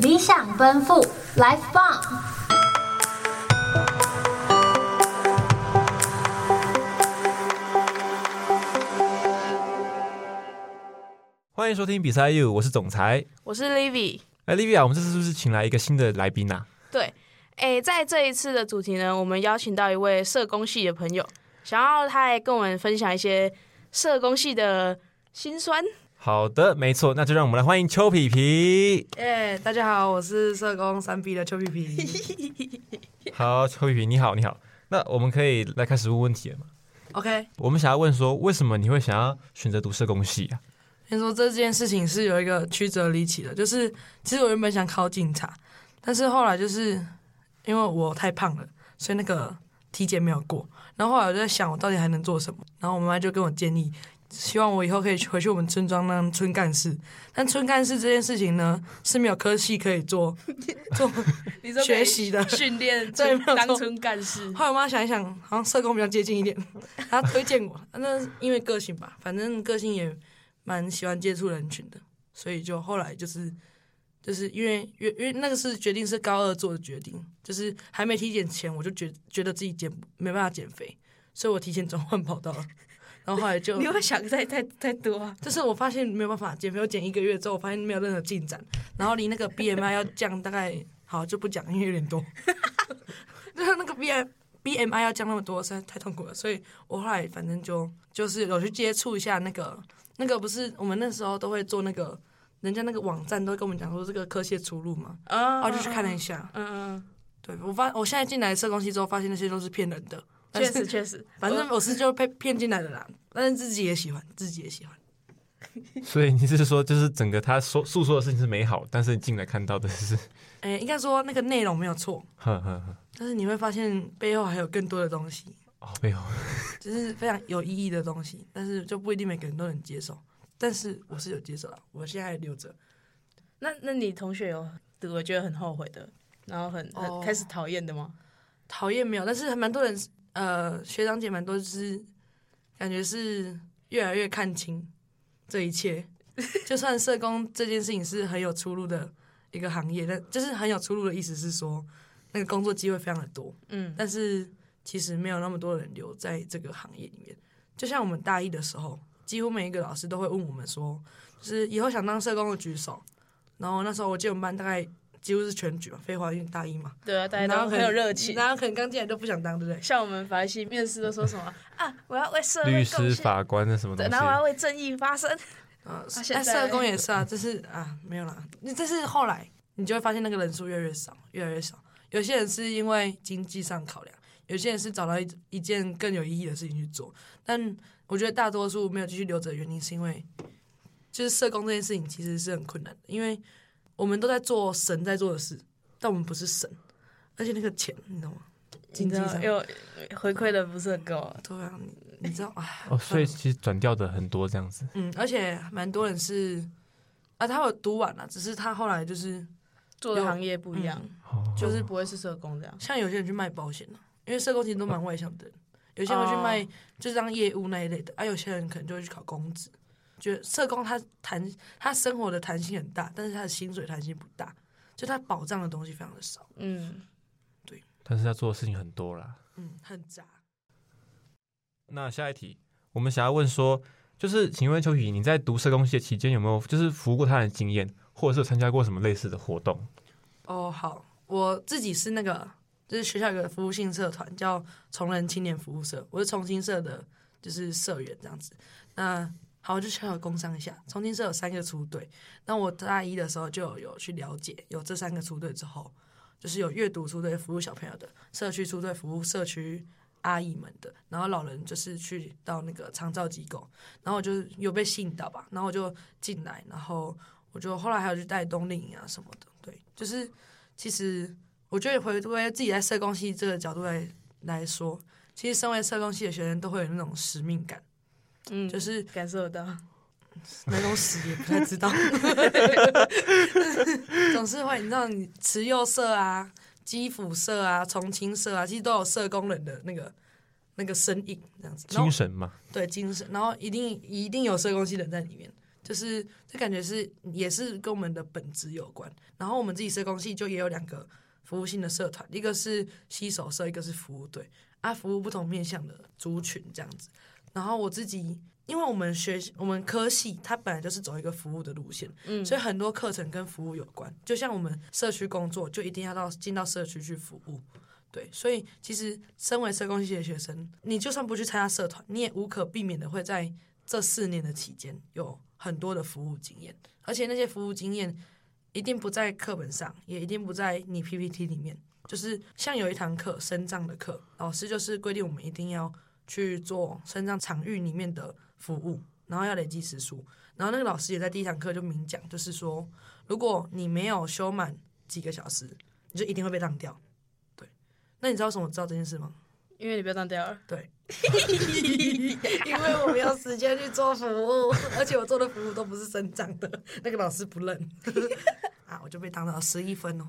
理想奔赴 Life 棒。 欢迎收听比赛 U， 我是总裁， 我是 Livy。 Livy 我们这次是不是请来一个新的来宾啊？ 对，在这一次的主题呢，我们邀请到一位社工系的朋友，想要他来跟我们分享一些社工系的辛酸。 好的，没错，那就让我们来欢迎邱皮皮。 大家好，我是社工3B 的邱皮皮。 好，邱皮皮你好，你好。那我们可以来开始问问题了吗 OK， 我们想要问说，为什么你会想要选择读社工系啊？ 先说这件事情是有一个曲折离奇的，就是其实我原本想考警察，但是后来就是因为我太胖了，所以那个体检没有过。然后后来我就在想，我到底还能做什么？然后我妈妈就跟我建议，希望我以后可以回去我们村庄当村干事。但村干事这件事情呢，是没有科系可以做学习的训练， 对， 当村干事。 后来我妈想一想，好像社工比较接近一点，她推荐我。那因为个性吧，反正个性也蛮喜欢接触人群的，所以就后来就是因为那个是决定是高2做的决定，就是还没体检前我就觉得自己没办法减肥，所以我提前转换跑道了。然后后来就你会想太多啊？ 就是我发现没有办法减肥，我减1个月之后，我发现没有任何进展，然后离那个 BMI 要降大概好就不讲，因为有点多，就是那个 BMI 要降那么多，实在太痛苦了，所以我后来反正就是有去接触一下那个不是我们那时候都会做那个人家那个网站都会跟我们讲说这个科系的出路嘛，然后就去看了一下，对，我现在进来社工系之后发现那些都是骗人的。 确实， 反正我是就被骗进来的啦，但是自己也喜欢。 所以你是说，就是整个他诉说的事情是美好，但是进来看到的是， 应该说那个内容没有错，但是你会发现背后还有更多的东西， 背后就是非常有意义的东西，但是就不一定每个人都能接受。但是我是有接受了，我现在还留着。 那你同学有我觉得很后悔的，然后很开始讨厌的吗？ 讨厌没有，但是还蛮多人。学长姐蛮多，就是感觉是越来越看清这一切。就算社工这件事情是很有出路的一个行业，但就是很有出路的意思是说，那个工作机会非常的多，但是其实没有那么多人留在这个行业里面。就像我们大一的时候，几乎每一个老师都会问我们说，就是以后想当社工的举手。然后那时候我记得我们班大概几乎是全举嘛，废话，因为大一嘛。 对啊，大家都很有热情， 然后可能刚进来都不想当，对不对？ 像我们法律系面试都说什么啊，我要为社会律师、法官的什么东西， 然后我要为正义发声。 社工也是啊，就是没有啦。这是后来你就会发现那个人数越来越少，越来越少。有些人是因为经济上考量，有些人是找到一件更有意义的事情去做。但我觉得大多数没有继续留着的原因，是因为就是社工这件事情其实是很困难的，因为我们都在做神在做的事，但我们不是神，而且那个钱你知道吗？经济上又回馈的不是很够。 对啊，你知道所以其实转调的很多这样子。 而且蛮多人是他有读完了，只是他后来就是做的行业不一样，就是不会是社工这样。 像有些人去卖保险因为社工其实都蛮外向的人，有些人会去卖就是当业务那一类的，有些人可能就会去考公职。觉得社工他生活的弹性很大，但是他的薪水弹性不大，就他保障的东西非常的少。对。 但是他做的事情很多啦。 很杂。 那下一题，我们想要问说，就是请问邱皮，你在读社工系的期间有没有就是服务过他人的经验，或者是有参加过什么类似的活动？ 好，我自己是那个就是学校有个服务性社团叫崇仁青年服务社，我是重庆社的，就是社员这样子。那好，我就小小工商一下。重庆社有3个出队，那我大一的时候就有去了解，有这3个出队之后，就是有阅读出队服务小朋友的，社区出队服务社区阿姨们的，然后老人就是去到那个长照机构，然后我就有被吸引到吧，然后我就进来，然后我就后来还有去带冬令营什么的，对，就是其实我觉得回归自己在社工系这个角度来说，其实身为社工系的学生都会有那种使命感。就是感受到那种死也不太知道，总是会你知道，你慈幼社基辅社重庆社其实都有社工人的那个身影这样子， 精神嘛， 对精神，然后一定有社工系人在里面， 就是这感觉也是跟我们的本质有关。然后我们自己社工系就也有2个服务性的社团，一个是携手社，一个是服务队服务不同面向的族群这样子。然后我自己，因为我们科系它本来就是走一个服务的路线，所以很多课程跟服务有关。就像我们社区工作，就一定要进到社区去服务。对，所以其实身为社工系的学生，你就算不去参加社团，你也无可避免的会在这4年的期间有很多的服务经验，而且那些服务经验一定不在课本上，也一定不在你 PPT 里面。就是像有一堂课身障的课，老师就是规定我们一定要去做身障场域里面的服务，然后要累积时数。然后那个老师也在第1堂课就明讲，就是说如果你没有修满几个小时，你就一定会被当掉。对，那你知道为什么我知道这件事吗？ 因为你被当掉了。 对，因为我没有时间去做服务，而且我做的服务都不是身障的，那个老师不认我就被当到11分哦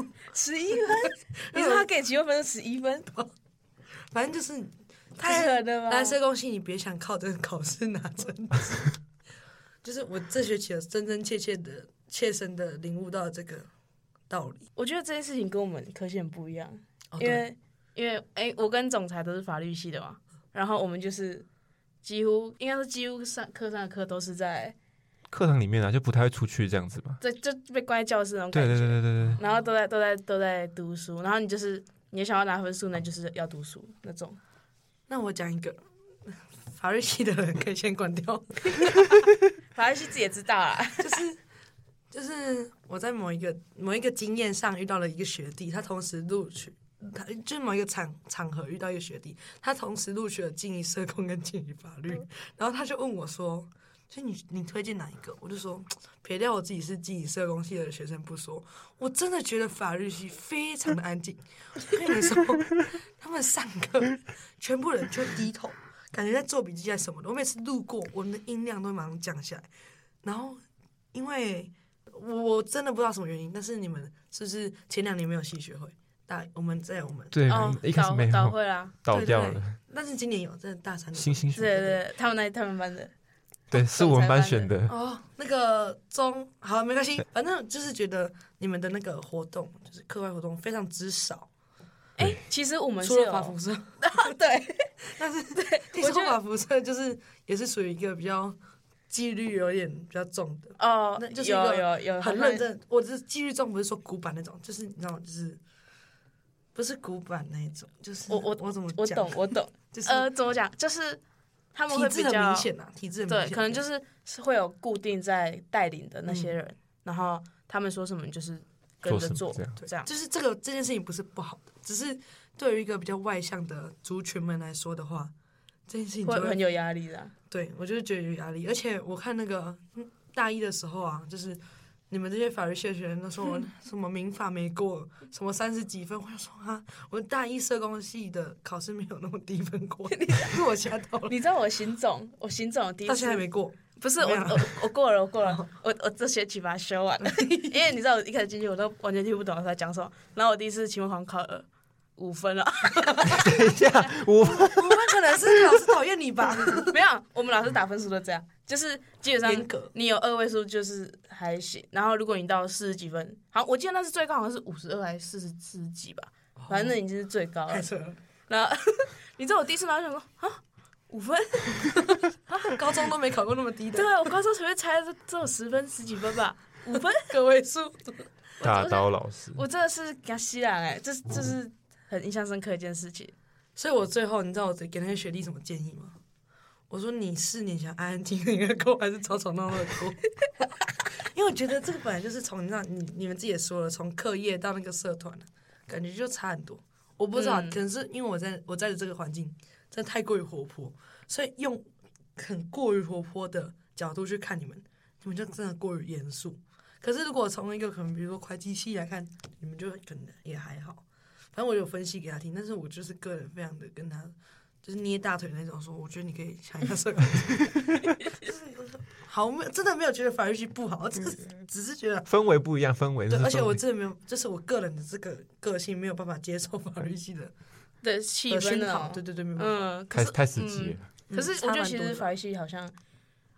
，11分？你说他给你7分是11分？ 反正就是太狠了吧！ 来社工系，你别想靠这个考试拿成绩。就是我这学期有真真切切身的领悟到这个道理。 我觉得这件事情跟我们科系很不一样，因为我跟总裁都是法律系的嘛，然后我们就是几乎课上的课都是在课堂里面就不太会出去这样子吧？ 对，就被关在教室那种感觉。 对。 然后都在读书，然后你想要拿分数呢，就是要读书那种。 那我讲一个，法律系的人可以先关掉。 法律系自己也知道啦， 就是我在某一个经验上遇到了一个学弟，他同时录取。他就某一个场合遇到一个学弟，他同时录取了静宜社工跟静宜法律，然后他就问我说：“所以你推荐哪一个？”我就说，撇掉我自己是静宜社工系的学生不说，我真的觉得法律系非常的安静。我跟你说，他们上课全部人就低头，感觉在做笔记在什么的。我每次路过，我们的音量都会马上降下来。然后，因为我真的不知道什么原因，但是你们是不是前2年没有系学会？我们对一开始没有倒会啦， 倒掉了。 对，但是今年有，真的大3的新学对，他们班的， 对，是我们班选的。 那个好没关系，反正就是觉得你们的那个活动，就是课外活动非常之少。 其实我们除了法服社， 对， 但是听说法服社就是也是属于一个比较纪律有点比较重的那就是一个有很认真。我这纪律重不是说古板那种，就是你知道，就是不是古板那种，就是我怎么讲？ 我懂， 就是怎么讲？就是他们会比较体制很明显体制很明显， 对，可能就是会有固定在带领的那些人，然后他们说什么就是跟着做，这样。 就是这件事情不是不好的，只是对于一个比较外向的族群们来说的话，这件事情会很有压力的。 对，我就是觉得有压力，而且我看那个大1的时候就是你们这些法律系的学生都说我什么民法没过，什么30几分，我就说我大1社工系的考试没有那么低分过，是我吓到了。 你知道我行总第一次到现在还没过， 不是我过了，我这学期把它修完了，因为你知道我一开始进去我都完全听不懂他在讲什么，然后我第一次期末考考了5分了。 等一下，5分可能是老师讨厌你吧？ 没有，我们老师打分数都这样，就是基本上你有2位数就是还行，然后如果你到40几分，好像我记得那是最高，好像是52还是40几吧，反正那已经是最高了。 太扯了。 然后你知道我第一次拿就想说5分， 高中都没考过那么低的。 对，我高中随便猜只有10分10几分吧，5分个位数。 大刀老师， 我真的是给他吸蓝这是很印象深刻的一件事情。 所以我最后你知道我给那些学弟什么建议吗？我说你4年想安安静静的过，还是吵吵闹闹的过？因为我觉得这个本来就是从你们自己也说了，从课业到那个社团，感觉就差很多。我不知道，可能是因为我在的这个环境真的太过于活泼，所以用很过于活泼的角度去看你们就真的过于严肃。可是如果从一个可能比如说会计系来看，你们就可能也还好。反正我有分析给他听，但是我就是个人非常的跟他就是捏大腿那种，说我觉得你可以想一下社工。好，真的没有觉得法律系不好，只是觉得氛围不一样，氛围。 对，而且我真的没有，就是我个人的这个个性没有办法接受法律系的气氛熏陶。对，没有办法。 太死机了。 可是我觉得其实法律系好像，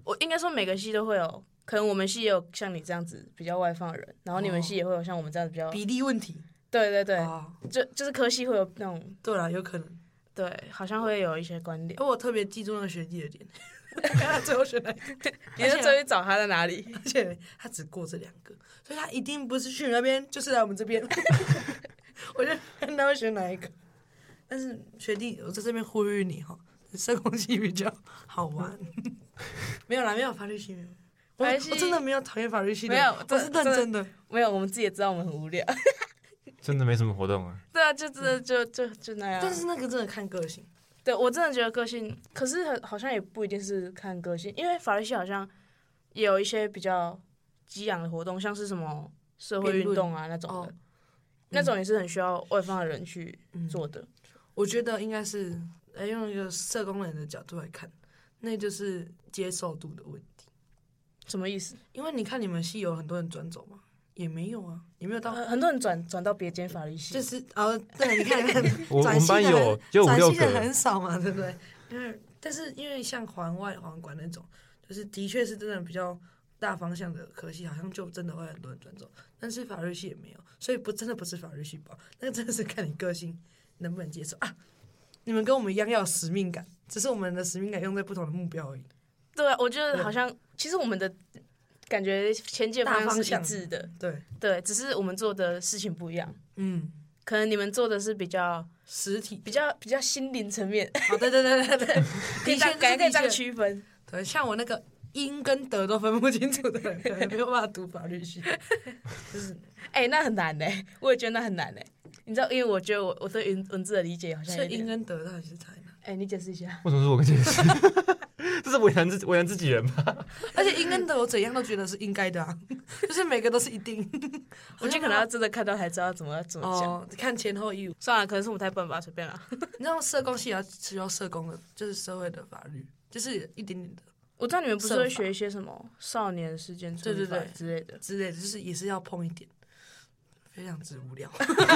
我应该说每个系都会有，可能我们系也有像你这样子比较外放的人，然后你们系也会有像我们这样子比较比例问题。 对对对， 哦， 就是科系会有那种对啦，有可能。 对，好像会有一些观点。 而我特别记住那个学弟的脸，看他最后选哪一个， 你就追去找他在哪里？ 而且他只过这2个，所以他一定不是去你那边，就是来我们这边。我就看他会选哪一个。但是学弟，我在这边呼吁你哈，社工系比较好玩。没有啦，没有法律系，我真的没有讨厌法律系的， 没有， 我是认真的。 没有，我们自己也知道我们很无聊。 真的没什么活动啊。 对啊，就真的就那样。 但是那个真的看个性。 对，我真的觉得个性，可是好像也不一定是看个性，因为法律系好像也有一些比较激昂的活动，像是什么社会运动啊那种的，那种也是很需要外方的人去做的。 我觉得应该是用一个社工人的角度来看，那就是接受度的问题。 什么意思？ 因为你看你们系有很多人转走吗？也没有啊，也没有到很多人转到别间法律系， 就是对，你看我们班有就5-6个， 转系的很少嘛，对不对？但是因为像环外、环管那种，就是的确是真的比较大方向的科系，好像就真的会很多人转走。但是法律系也没有，所以真的不是法律系吧？那个真的是看你个性能不能接受啊。你们跟我们一样要有使命感，只是我们的使命感用在不同的目标而已。 对啊，我觉得好像其实我们的感觉前进方向是一致的，对，只是我们做的事情不一样。可能你们做的是比较实体， 比较心灵层面。 哦，对， 可以这样区分。 对，像我那个英跟德都分不清楚的人，可能没有办法读法律系。就是那很难嘞，我也觉得那很难嘞。你知道，因为我觉得我对文字的理解好像有点。 所以英跟德到底是差哪？ 你解释一下。 为什么是我跟解释？这是为难自己人吧？ 而且英跟德我怎样都觉得是应该的啊，就是每个都是一定。 我觉得可能要真的看到才知道怎么讲。 看前后义务。 算了，可能是我太笨吧，随便啦。 你知道社工系也要需要社工的，就是社会的法律，就是一点点的。 我知道你们不是会学一些什么少年事件处理法之类的， 就是也是要碰一点。非常之无聊。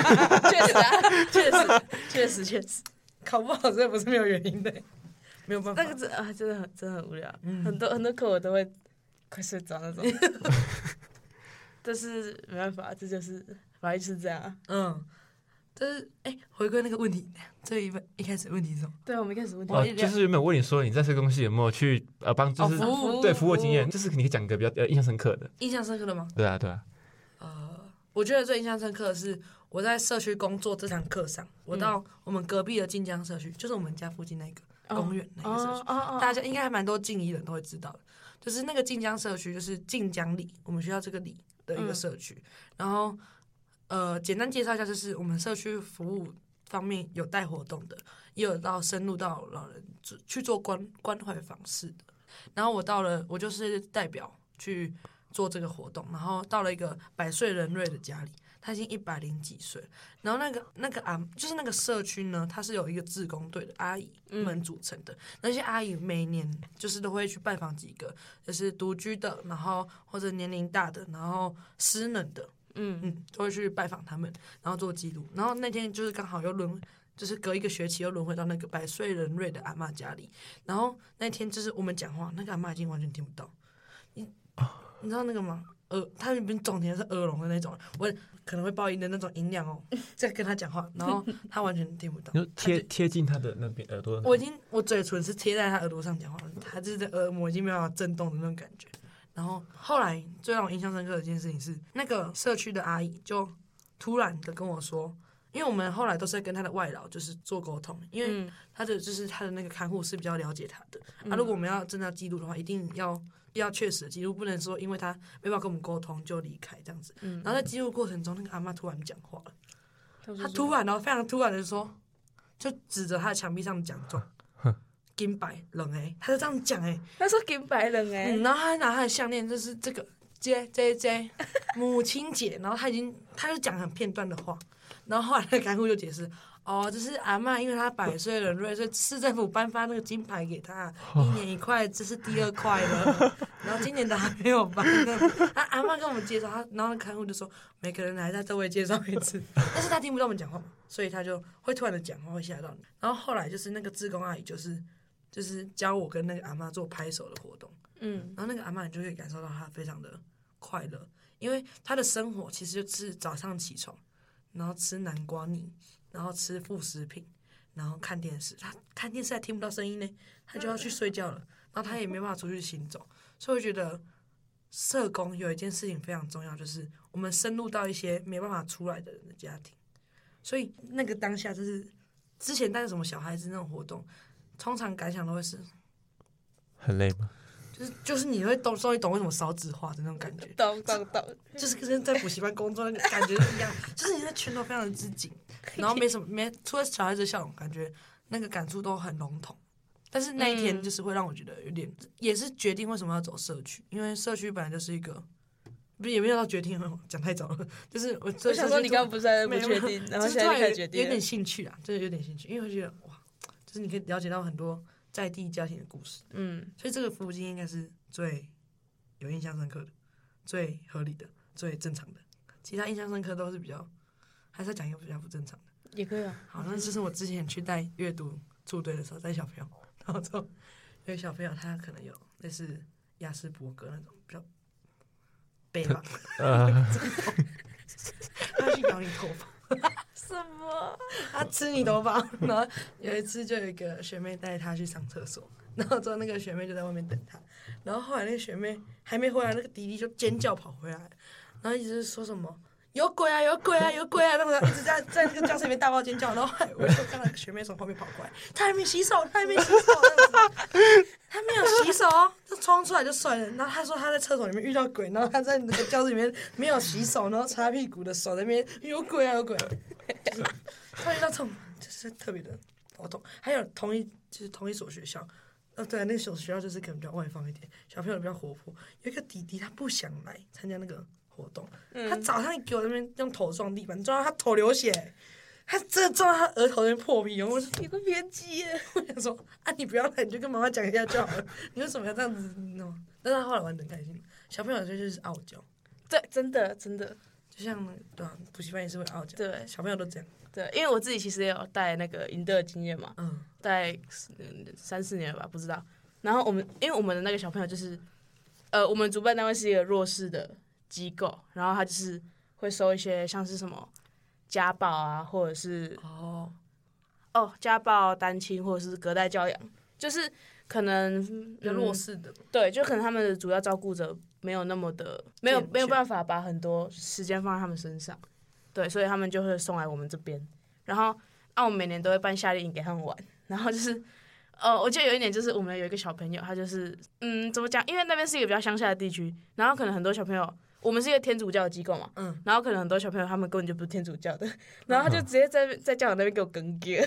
确实， 考不好真的不是没有原因的，没有办法。 那个真的很无聊，很多课我都会快睡着那种。但是没办法，这就是法律是这样。 但是回归那个问题，这一开始问题是什么？ 对，我们一开始问题就是原本问你说你在社工系有没有去帮就是服务经验，就是你可以讲个比较印象深刻的。 印象深刻的吗？ 对啊。 我觉得最印象深刻的是我在社区工作这堂课上，我到我们隔壁的晋江社区，就是我们家附近那个公园那个社区，大家应该还蛮多晋一人都会知道的。就是那个晋江社区，就是晋江里，我们学校这个里的一个社区。然后简单介绍一下，就是我们社区服务方面有带活动的，也有到深入到老人去做关怀访视的。然后我就是代表去做这个活动，然后到了一个100岁人瑞的家里，他已经100几岁。然后就是那个社区呢，它是有一个志工队的阿姨们组成的。那些阿姨每年就是都会去拜访几个，就是独居的，然后或者年龄大的，然后失能的，都会去拜访他们，然后做记录。然后那天就是刚好就是隔一个学期又轮回到那个100岁人瑞的阿嬷家里。然后那天就是我们讲话，那个阿嬷已经完全听不到。你知道那个吗？他原本总结是耳聋的那种，我可能会爆音的那种音量哦，在跟他讲话，然后他完全听不到。 你就贴近他的那边耳朵。 我嘴唇是贴在他耳朵上讲话，他就是耳膜已经没办法震动的那种感觉。然后后来最让我印象深刻的一件事情是，那个社区的阿姨就突然的跟我说，因为我们后来都是在跟他的外劳就是做沟通，因为他的那个看护是比较了解他的。如果我们要真的要记录的话，一定要确实的记录，不能说因为他没办法跟我们沟通就离开这样子。然后在记录过程中，那个阿嬷突然讲话了，他突然非常突然的说，就指着他的墙壁上的奖状，金白人他就这样讲他说金白人然后他拿他的项链，就是这个 J 母亲节，然后他就讲很片段的话，然后后来那个看护就解释。这是阿嬷，因为她100岁人瑞，所以市政府颁发那个金牌给她，1年1块，这是第2块了。然后今年的还没有颁呢。阿嬷跟我们介绍，然后看护就说每个人来再周围介绍一次，但是他听不到我们讲话嘛，所以他就会突然的讲话，会吓到你。然后后来就是那个志工阿姨，就是教我跟那个阿嬷做拍手的活动， 然后那个阿嬷你就可以感受到她非常的快乐，因为她的生活其实就是早上起床，然后吃南瓜泥，然后吃副食品，然后看电视。她看电视还听不到声音呢，她就要去睡觉了，然后她也没办法出去行走，所以我觉得社工有一件事情非常重要，就是我们深入到一些没办法出来的人的家庭，所以那个当下就是之前带什么小孩子那种活动，通常感想都会是很累吗？ 就是你会终于懂为什么少子化的那种感觉， 懂， 就是跟在补习班工作那个感觉是一样，就是你的拳头非常的之紧，然后除了小孩子的笑容，感觉那个感触都很笼统。但是那一天就是会让我觉得有点，也是决定为什么要走社区，因为社区本来就是一个，也没有到决定，讲太早了，就是我想说你刚刚不是在不确定，然后现在就开始决定， 有点兴趣啊，就是有点兴趣，因为我觉得哇，就是你可以了解到很多在地家庭的故事，所以这个服务经验应该是最有印象深刻的、最合理的、最正常的。其他印象深刻都是比较，还是要讲一个比较不正常的， 也可以啊。 好，那就是我之前去带阅读处队的时候，带小朋友，然后之后有个小朋友他可能有类似亚斯伯格那种比较悲吧，他去咬你头发。 什么？ 他吃你头发，然后有一次就有一个学妹带他去上厕所，然后之后那个学妹就在外面等他，然后后来那个学妹还没回来，那个弟弟就尖叫跑回来，然后一直说什么有鬼啊有鬼啊有鬼啊，那个一直在那个教室里面大爆尖叫，然后后来我就看到那个学妹从后面跑过来，他还没洗手，他没有洗手，就冲出来就算了。然后他说他在厕所里面遇到鬼，然后他在那个教室里面没有洗手，然后擦屁股的手在那边有鬼啊有鬼，就是他遇到这种就是特别的活动。还有同一所学校，对，那所学校就是可能比较外放一点，小朋友比较活泼。有一个弟弟他不想来参加那个活动，他早上给我那边用头撞地板，撞到他头流血。他真的撞到他额头那边破皮，我说有个偏激耶！ 我想说啊，你不要来，你就跟妈妈讲一下就好了。你为什么要这样子弄？但是他后来玩得很开心。小朋友就是傲娇， 对，真的， 就像对啊，补习班也是会傲娇， 对， 小朋友都这样。 对，因为我自己其实也有带那个营队的经验嘛，带3-4年了吧，不知道。然后因为我们的那个小朋友就是，我们主办单位是一个弱势的机构，然后他就是会收一些像是什么家暴啊，或者是家暴、单亲或者是隔代教养，就是可能比较弱势的， 对，就可能他们的主要照顾者没有那么的没有办法把很多时间放在他们身上，对，所以他们就会送来我们这边，然后我们每年都会办夏令营给他们玩，然后就是我记得有一年就是我们有一个小朋友，他就是怎么讲，因为那边是一个比较乡下的地区，然后可能很多小朋友。我们是一个天主教的机构嘛，然后可能很多小朋友他们根本就不是天主教的，然后他就直接在教堂那边给我跟歌，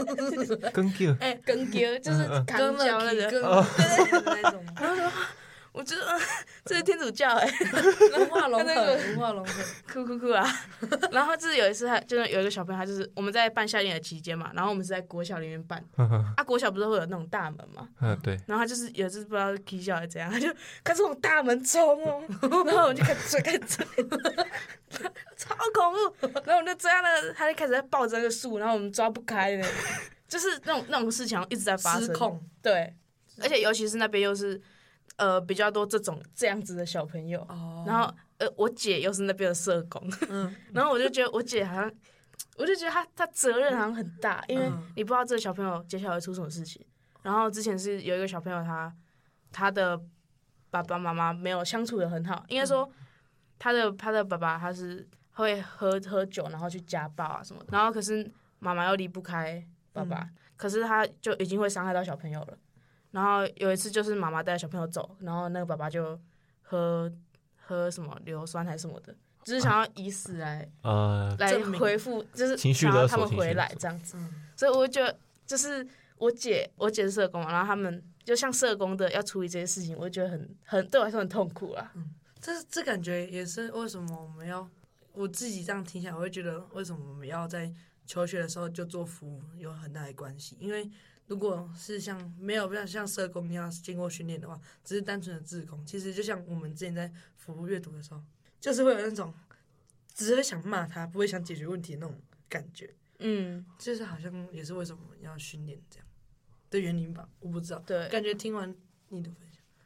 跟歌就是扛教那个，对那种，然后说，我觉得这是天主教文化融合， 酷啊！然后就是有一次就是有一个小朋友，他就是我们在办夏令营的期间嘛，然后我们是在国小里面办，国小不是会有那种大门嘛， 对， 然后他就是有一次不知道踢笑还是怎样，他就开始往大门冲哦，然后我们就开始追，超恐怖，然后我们就追到那个，他就开始在抱着那个树，然后我们抓不开的，就是那种事情一直在发生， 失控， 对，而且尤其是那边又是。比较多这样子的小朋友，然后我姐又是那边的社工，然后我就觉得我姐好像，我就觉得她责任好像很大，因为你不知道这个小朋友接下来会出什么事情。然后之前是有一个小朋友他的爸爸妈妈没有相处的很好，应该说他的爸爸他是会喝酒，然后去家暴啊什么的，然后可是妈妈又离不开爸爸，可是他就已经会伤害到小朋友了。然后有一次就是妈妈带小朋友走，然后那个爸爸就喝什么硫酸还是什么的，就是想要以死来回复，就是想要他们回来这样子。所以我就觉得，就是我姐是社工嘛，然后他们就像社工的要处理这些事情，我就觉得很对我来说很痛苦啦。 这感觉也是为什么我自己这样听下来，我会觉得为什么我们要在求学的时候就做服务有很大的关系，因为。如果是没有像社工一样经过训练的话，只是单纯的志工，其实就像我们之前在服务阅读的时候，就是会有那种只会想骂他，不会想解决问题的那种感觉。就是好像也是为什么要训练这样的原因吧，我不知道。 对， 感觉听完你的分享，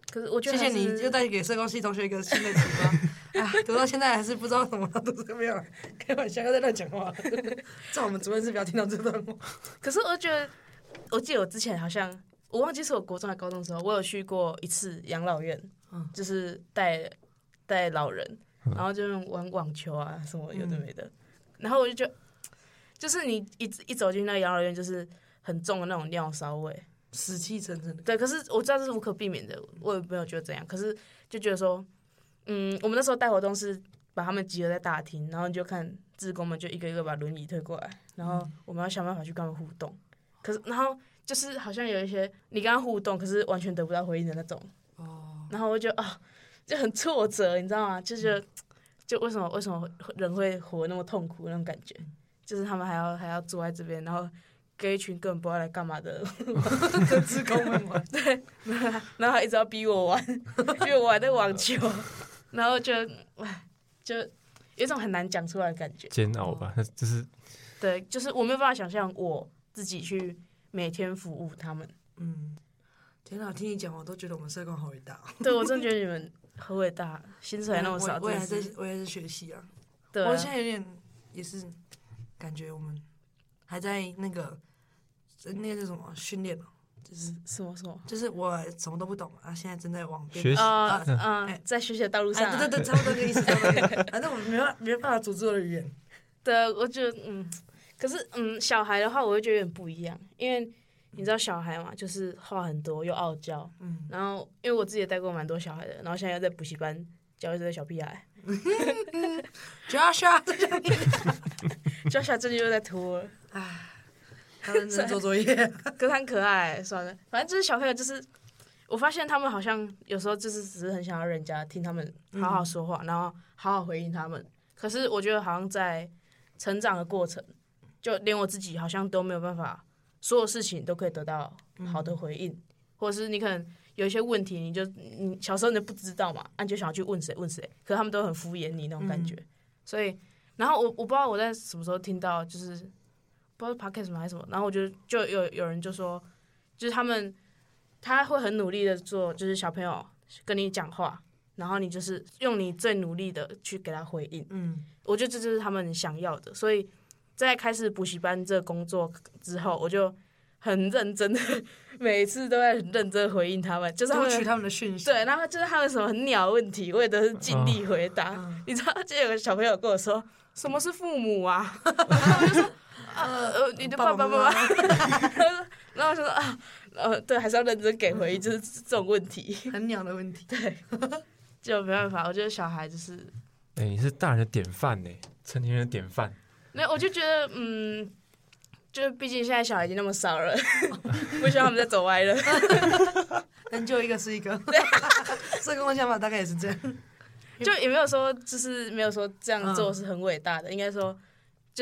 可是我觉得谢谢你，又带给社工系同学一个新的启发。啊，读到现在还是不知道怎么读这个没有，开玩笑，又在乱讲话。在我们主任是不要听到这段话。 可是我觉得，我记得我之前好像我忘记是我国中还高中的时候，我有去过一次养老院，就是带老人，然后就玩网球啊什么有的没的，然后我就觉得，就是你一走进那个养老院，就是很重的那种尿骚味。 死气沉沉的。 对，可是我知道这是无可避免的，我也没有觉得怎样。可是就觉得说，我们那时候带活动是把他们集合在大厅，然后你就看志工们就一个一个把轮椅推过来，然后我们要想办法去跟他们互动。可是然后就是好像有一些你跟他互动，可是完全得不到回应的那种。然后我就就很挫折，你知道吗？就觉得就为什么人会活那么痛苦那种感觉，就是他们还要坐在这边，然后。跟一群根本不知道来干嘛的跟志工们玩， 对，然后他一直要逼我玩那个网球，然后就有一种很难讲出来的感觉， 煎熬吧，就是对，就是我没有办法想象我自己去每天服务他们。 天哪，听你讲我都觉得我们社工好伟大。 对，我真的觉得你们很伟大，薪水还那么少， 我也在学习啊。 对啊， 我现在有点也是感觉我们还在那个是什么训练，就是什么， 就是我什么都不懂啊，现在正在往学习在学习的道路上， 对，差不多这个意思。反正我没办法组织我的语言。 对，我觉得可是小孩的话，我会觉得有点不一样，因为你知道小孩嘛，就是话很多又傲娇，然后因为我自己也带过蛮多小孩的，然后现在又在补习班教一堆小屁孩 ，Joshua 最近又在拖了， 他认真做作业， 可是很可爱，算了，反正就是小朋友，就是我发现他们好像有时候就是只是很想要人家听他们好好说话，然后好好回应他们。可是我觉得好像在成长的过程，就连我自己好像都没有办法，所有事情都可以得到好的回应，或者是你可能有一些问题，你小时候你就不知道嘛，你就想要去问谁，可是他们都很敷衍你那种感觉。所以，然后我不知道我在什么时候听到，就是。不知道是 podcast 吗还是什么，然后我就有人就说，就是他会很努力的做，就是小朋友跟你讲话，然后你就是用你最努力的去给他回应。我觉得这就是他们想要的，所以在开始补习班这个工作之后，我就很认真的，每次都在很认真的回应他们，就是读取他们的讯息。 对，然后就是他们什么很鸟的问题，我也都是尽力回答。你知道，就有个小朋友跟我说，什么是父母啊？然后我就说。你的爸爸妈妈，然后我就说对，还是要认真给回应，就是这种问题， 很鸟的问题， 对，就没办法。我觉得小孩就是， 你是大人的典范呢，成年人的典范。 没有，我就觉得，就是毕竟现在小孩已经那么少了，不希望他们再走歪了。 能救一个是一个，社工的想法大概也是这样， 就也没有说，就是没有说这样做是很伟大的，应该说就是。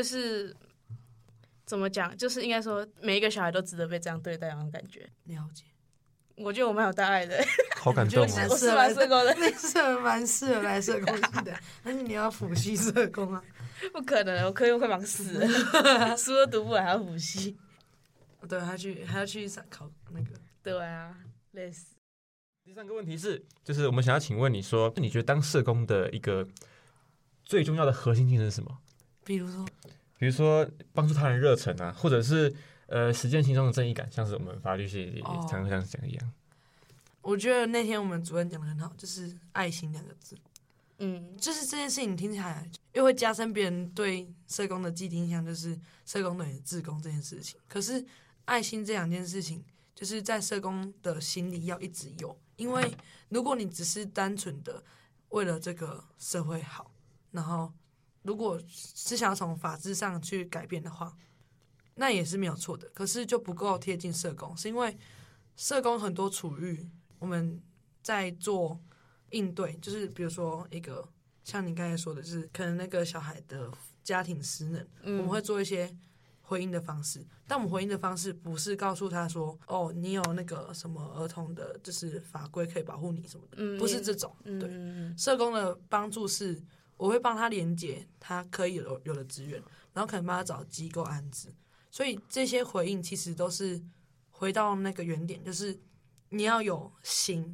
怎么讲？就是应该说，每一个小孩都值得被这样对待，那种感觉。 了解。 我觉得我蛮有大爱的。 好感动啊！ 我是蛮社工的， 你是蛮适合来社工系的，但是你要辅系社工啊。 不可能，我科研会忙死了，书都读不完还要辅系。 对，还要去考那个。 对啊，累死。 第三个问题是，就是我们想要请问你说，你觉得当社工的一个最重要的核心精神是什么？比如说帮助他人热忱啊，或者是实践心中的正义感，像是我们法律系也常常讲一样。 我觉得那天我们主任讲的很好，就是爱心2个字。就是这件事情听起来又会加深别人对社工的既定印象，就是社工等于志工这件事情。可是爱心这2件事情，就是在社工的心里要一直有，因为如果你只是单纯的为了这个社会好，然后如果是想要从法制上去改变的话，那也是没有错的。可是就不够贴近社工，是因为社工很多处遇我们在做应对，就是比如说一个像你刚才说的，就是可能那个小孩的家庭失能，我们会做一些回应的方式。但我们回应的方式不是告诉他说，哦，你有那个什么儿童的，就是法规可以保护你什么的，不是这种。对，社工的帮助是。我会帮他连接他可以有的资源，然后可能帮他找机构安置，所以这些回应其实都是回到那个原点，就是你要有心，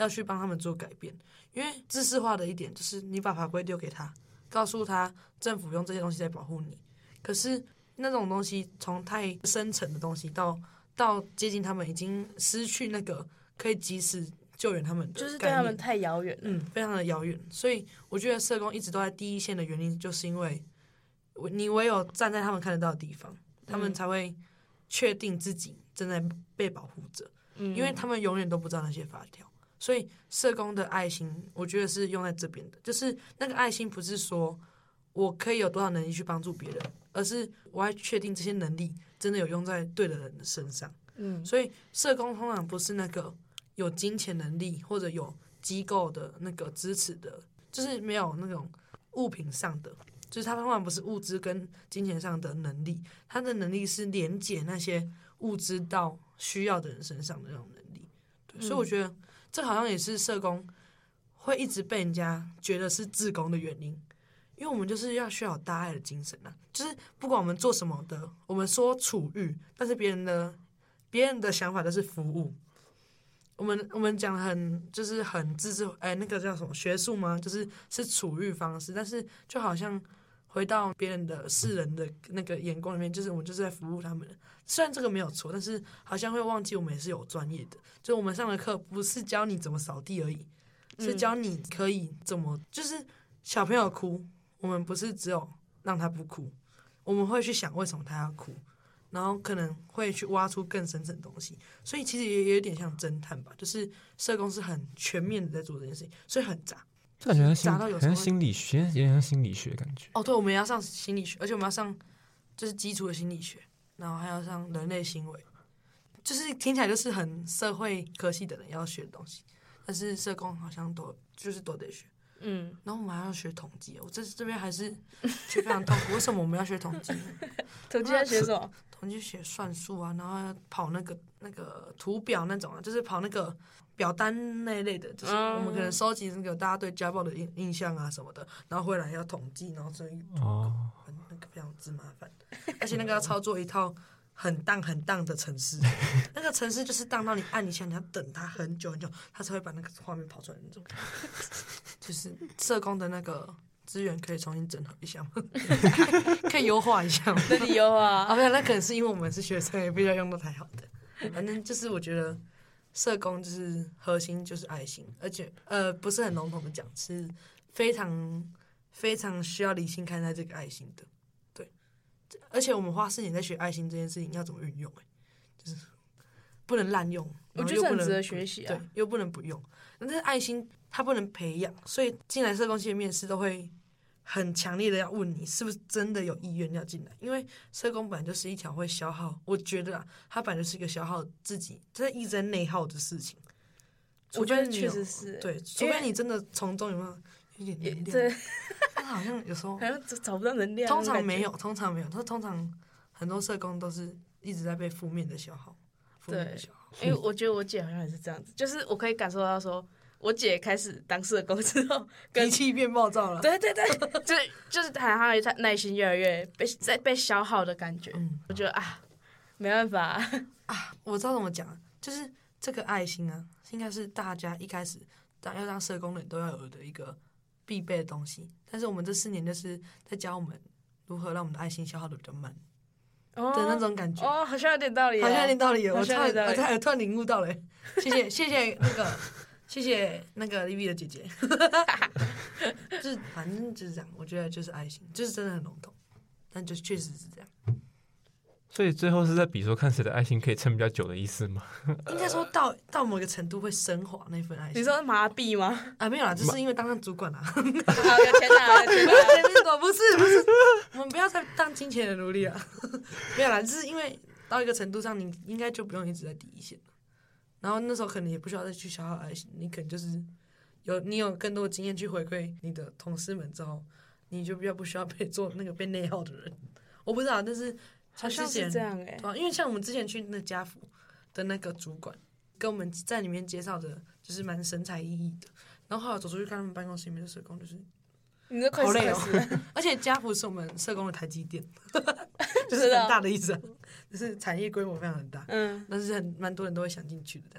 要去帮他们做改变。因为知识化的一点就是你把法规丢给他，告诉他政府用这些东西在保护你，可是那种东西从太深层的东西到接近他们已经失去那个可以及时救援他们的概念， 就是对他们太遥远了， 非常的遥远。所以我觉得社工一直都在第一线的原因，就是因为你唯有站在他们看得到的地方，他们才会确定自己正在被保护着，因为他们永远都不知道那些法条。所以社工的爱心，我觉得是用在这边的，就是那个爱心不是说我可以有多少能力去帮助别人，而是我要确定这些能力真的有用在对的人的身上。所以社工通常不是那个有金钱能力或者有机构的那个支持的，就是没有那种物品上的，就是他通常不是物资跟金钱上的能力，他的能力是连结那些物资到需要的人身上的那种能力。对，所以我觉得这好像也是社工会一直被人家觉得是志工的原因，因为我们就是要需要有大爱的精神啊，就是不管我们做什么的，我们说处遇，但是别人的想法都是服务。我们讲就是很自治，那个叫什么学术吗？是处遇方式，但是就好像回到别人的世人的那个眼光里面，就是我们就是在服务他们。虽然这个没有错，但是好像会忘记我们也是有专业的。就我们上的课不是教你怎么扫地而已，是教你可以怎么，就是小朋友哭，我们不是只有让他不哭，我们会去想为什么他要哭，然后可能会去挖出更深层的东西。所以其实也有点像侦探吧，就是社工是很全面的在做这件事情，所以很杂。 感觉像心理学，有点像心理学感觉。 哦，对，我们也要上心理学，而且我们要上就是基础的心理学，然后还要上人类行为，就是听起来就是很社会科系的人要学的东西，但是社工好像都得学。然后我们还要学统计，我这边还是学非常痛苦。为什么我们要学统计？ 统计要学什么？ 统计学算术啊，然后要跑那个图表那种啊，就是跑那个表单那一类的，就是我们可能收集那个大家对家暴的印象啊什么的，然后回来要统计，然后所以那个非常之麻烦，而且那个要操作一套很荡的程式，那个程式就是荡到你按一下，你要等它很久很久，它才会把那个画面跑出来那种。就是社工的那个资源可以重新整合一下吗？可以优化一下吗？ 那你优化啊？没有，那可能是因为我们是学生，也不需要用到太好的。反正就是我觉得社工就是核心就是爱心，而且不是很笼统的讲，是非常非常需要理性看待这个爱心的。对，而且我们花4年在学爱心这件事情要怎么运用，就是不能滥用， 我觉得很值得学习啊。 对，又不能不用。但是爱心它不能培养，所以进来社工系的面试都会很强烈的要问你是不是真的有意愿要进来，因为社工本来就是一条会消耗，我觉得它本来就是一个消耗自己，这一直在内耗的事情。 我觉得确实是， 对，除非你真的从中有没有一点能量， 对， 但好像有时候好像找不到能量， 通常没有，通常很多社工都是一直在被负面的消耗， 对，因为我觉得我姐好像也是这样子，就是我可以感受到说，我姐开始当社工之后， 脾气变暴躁了。 对，就是她的耐心越来越被消耗的感觉。我觉得没办法我知道怎么讲，就是这个爱心啊，应该是大家一开始要当社工的人都要有的一个必备的东西。但是我们这4年就是在教我们如何让我们的爱心消耗的比较慢。的那种感觉好像有点道理， 好像有点道理，我突然领悟到了，谢谢那个 Livy 的姐姐，就是反正就是这样，我觉得就是爱心，就是真的很笼统，但就确实是这样。 所以最后是在比说看谁的爱心可以撑比较久的意思吗？ 应该说到某个程度会升华那份爱心。 你说麻痹吗？ 没有啦，就是因为当上主管啦。 有钱拿， 不是，我们不要再当金钱的奴隶了。没有啦，就是因为到一个程度上，你应该就不用一直在第一线了。然后那时候可能也不需要再去消耗爱心，你可能就是你有更多的经验去回馈你的同事们之后，你就比较不需要做那个被内耗的人。我不知道，但是好像是这样因为像我们之前去那家福的那个主管跟我们在里面介绍的，就是蛮神采奕奕的。然后后来走出去看他们办公室里面的社工，就是你快好累而且家福是我们社工的台积电，就是很大的意思，就是产业规模非常很大。但是蛮多人都会想进去的，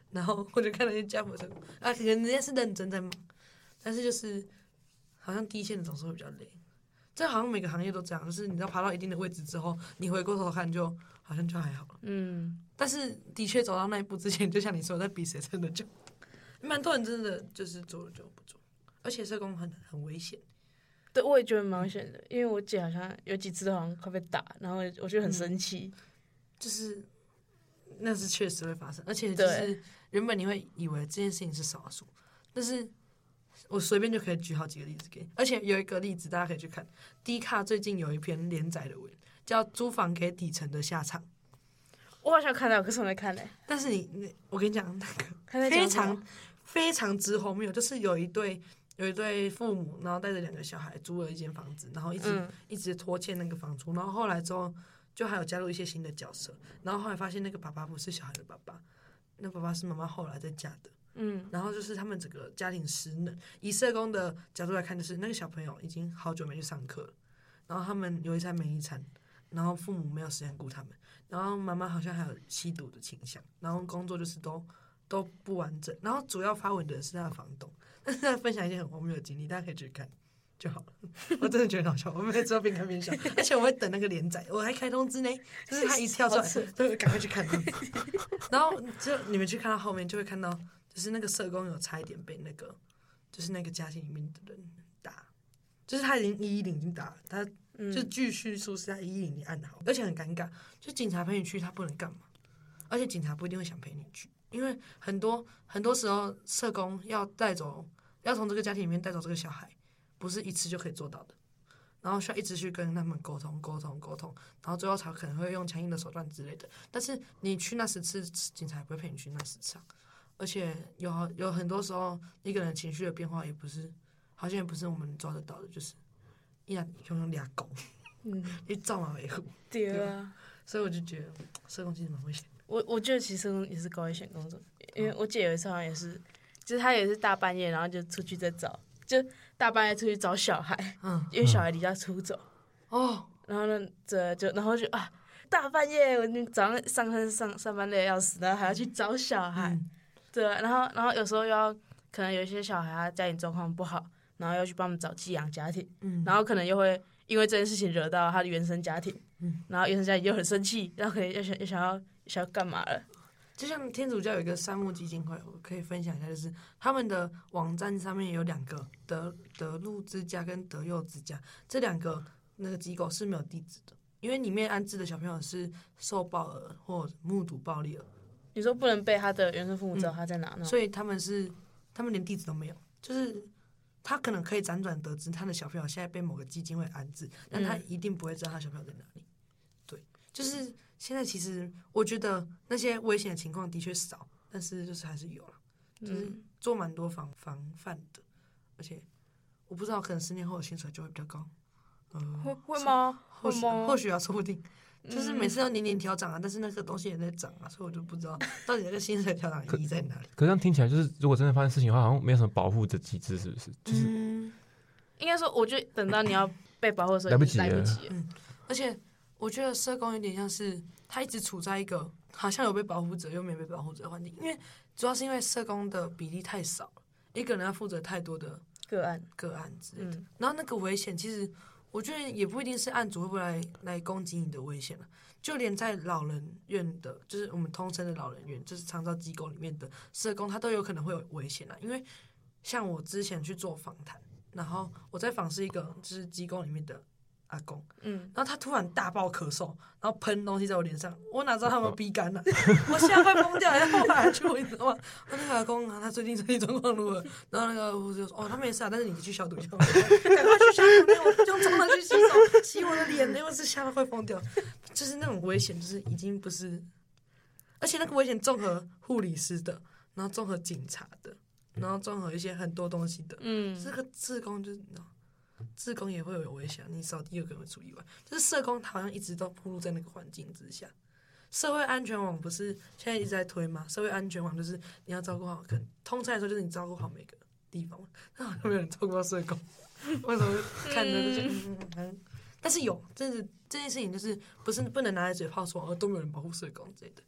然后我就看到一些家扶社工啊，可能人家是认真在忙，但是就是好像第一线的总是会比较累。这好像每个行业都这样，就是你知道爬到一定的位置之后，你回过头看就好像就还好了。但是的确走到那一步之前，就像你说，在比谁撑得久。蛮多人真的就是做了就不做，而且社工很危险。 对，我也觉得蛮危险的，因为我姐好像有几次好像快被打，然后我就很生气。 就是那是确实会发生，而且就是原本你会以为这件事情是少数，但是我随便就可以举好几个例子给你，而且有一个例子大家可以去看，Dcard最近有一篇连载的文，叫《租房给底层的下场》， 我好像看到，可是我没看嘞。 但是我跟你讲，那个非常之荒谬，就是有一对父母，然后带着2个小孩租了一间房子，然后一直拖欠那个房租，然后后来之后就还有加入一些新的角色，然后后来发现那个爸爸不是小孩的爸爸，那爸爸是妈妈后来再嫁的。然后就是他们整个家庭失能。以社工的角度来看，就是那个小朋友已经好久没去上课了，然后他们有一餐没一餐，然后父母没有时间顾他们，然后妈妈好像还有吸毒的倾向，然后工作就是都不完整，然后主要发文的人是他的房东，但是他分享一些很荒谬的经历，大家可以去看就好了。我真的觉得很好笑，我每次都边看边笑，而且我会等那个连载，我还开通知呢，就是他一跳出来，都赶快去看。然后就你们去看到后面，就会看到。就是那个社工有差一点被那个，就是那个家庭里面的人打，就是他已经110已经打了，他就继续说是在110已经按好，而且很尴尬，就警察陪你去他不能干嘛，而且警察不一定会想陪你去，因为很多时候社工要从这个家庭里面带走这个小孩，不是一次就可以做到的，然后需要一直去跟他们沟通，然后最后才可能会用强硬的手段之类的，但是你去那10次，警察也不会陪你去那10次。而且有很多时候，一个人情绪的变化也不是，好像也不是我们抓得到的，就是依然用俩狗，一照马维护。 对啊， 所以我就觉得社工其实蛮危险。 我觉得其实社工也是高危险工作，因为我姐有一次好像也是，就是她也是大半夜，然后就出去在找，就大半夜出去找小孩，因为小孩离家出走。然后呢，然后就大半夜我早上上班累得要死，然后还要去找小孩。对，然后有时候可能有一些小孩他家庭状况不好，然后要去帮他们找寄养家庭，然后可能又会因为这件事情惹到他的原生家庭，然后原生家庭又很生气，然后可能又想要干嘛了。 就像天主教有一个山木基金会，我可以分享一下，就是他们的网站上面有2个德路之家跟德佑之家，这2个那个机构是没有地址的，因为里面安置的小朋友是受暴儿或目睹暴力儿。 你说不能被他的原生父母知道他在哪呢？ 所以他们连地址都没有，就是他可能可以辗转得知他的小朋友现在被某个基金会安置，但他一定不会知道他小朋友在哪里。对，就是现在其实我觉得那些危险的情况的确少，但是就是还是有了，就是做蛮多防范的，而且我不知道可能10年后的薪水就会比较高。 会吗？ 或许说不定。就是每次都年调涨啊，但是那个东西也在涨啊，所以我就不知道到底那个薪水调涨意义在哪里。 可是这样听起来，就是如果真的发生事情的话，好像没有什么保护的机制，是不是？就是应该说，我觉得等到你要被保护的时候， 来不及了。 而且我觉得社工有点像是他一直处在一个好像有被保护者又没被保护者的环境，因为主要是因为社工的比例太少了，一个人要负责太多的个案之类的，然后那个危险其实。我觉得也不一定是案主会不会来攻击你的危险了，就连在老人院的，就是我们通称的老人院，就是长照机构里面的社工，他都有可能会有危险啦。因为像我之前去做访谈，然后我在访视一个就是机构里面的阿公，然后他突然大爆咳嗽，然后喷东西在我脸上，我哪知道他有没有逼干呢？我吓快疯掉，然后后来去你知道吗？那个阿公他最近身体状况如何？然后那个我就说他没事啊，但是你去消毒一下，赶快去消毒，我用冲了去洗手，洗我的脸，因为是吓得快疯掉，就是那种危险，就是已经不是，而且那个危险综合护理师的，然后综合警察的，然后综合一些很多东西的，这个志工就是。志工也会有危险，你扫地有可能会出意外。就是社工好像一直都暴露在那个环境之下。社会安全网不是现在一直在推吗？社会安全网就是你要照顾好，可能通常来说就是你照顾好每个地方。但好像没有人照顾到社工，为什么看着就但是有，这件事情就是不能拿来嘴炮说都没有人保护社工之类的。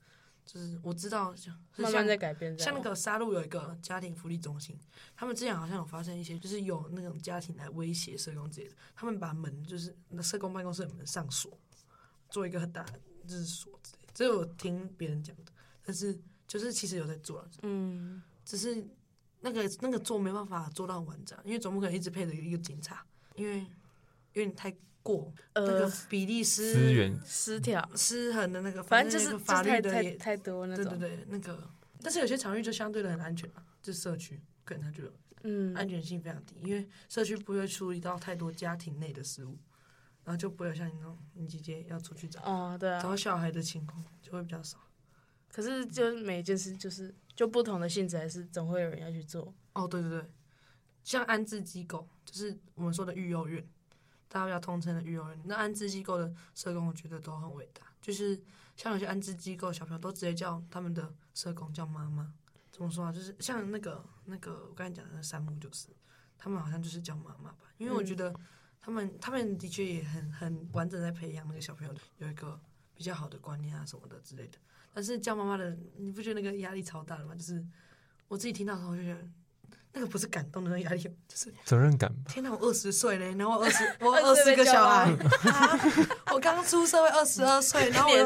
就是我知道慢慢在改变。 像那个沙鹿有一个家庭福利中心，他们之前好像有发生一些，就是有那种家庭来威胁社工之类的，他们把门就是那社工办公室的门上锁，做一个很大的就是锁之类的，这我听别人讲的，但是就是其实有在做了，只是那个做没办法做到很完整，因为总不可能一直配着一个警察，因为有点太过那个比例资源失调失衡的那个， 反正就是法律的也太多那种。 对那个，但是有些场域就相对的很安全嘛，就是社区可能他觉得安全性非常低，因为社区不会处理到太多家庭内的事物，然后就不会有像你那种你姐姐要出去找小孩的情况就会比较少。 可是就每一件事就不同的性质，还是总会有人要去做。 对，像安置机构，就是我们说的育幼院，大家比较通称的育幼院。那安置机构的社工，我觉得都很伟大。就是像有些安置机构小朋友都直接叫他们的社工叫妈妈，怎么说啊？就是像那个我刚才讲的那山姆就是他们好像就是叫妈妈吧，因为我觉得他们的确也很完整在培养那个小朋友有一个比较好的观念啊什么的之类的。但是叫妈妈的，你不觉得那个压力超大的吗？就是我自己听到的时候，我就觉得那个不是感动的那个压力，就是责任感吧。 天哪，我20岁嘞，然后我20个小孩，我刚出社会22岁，然后我有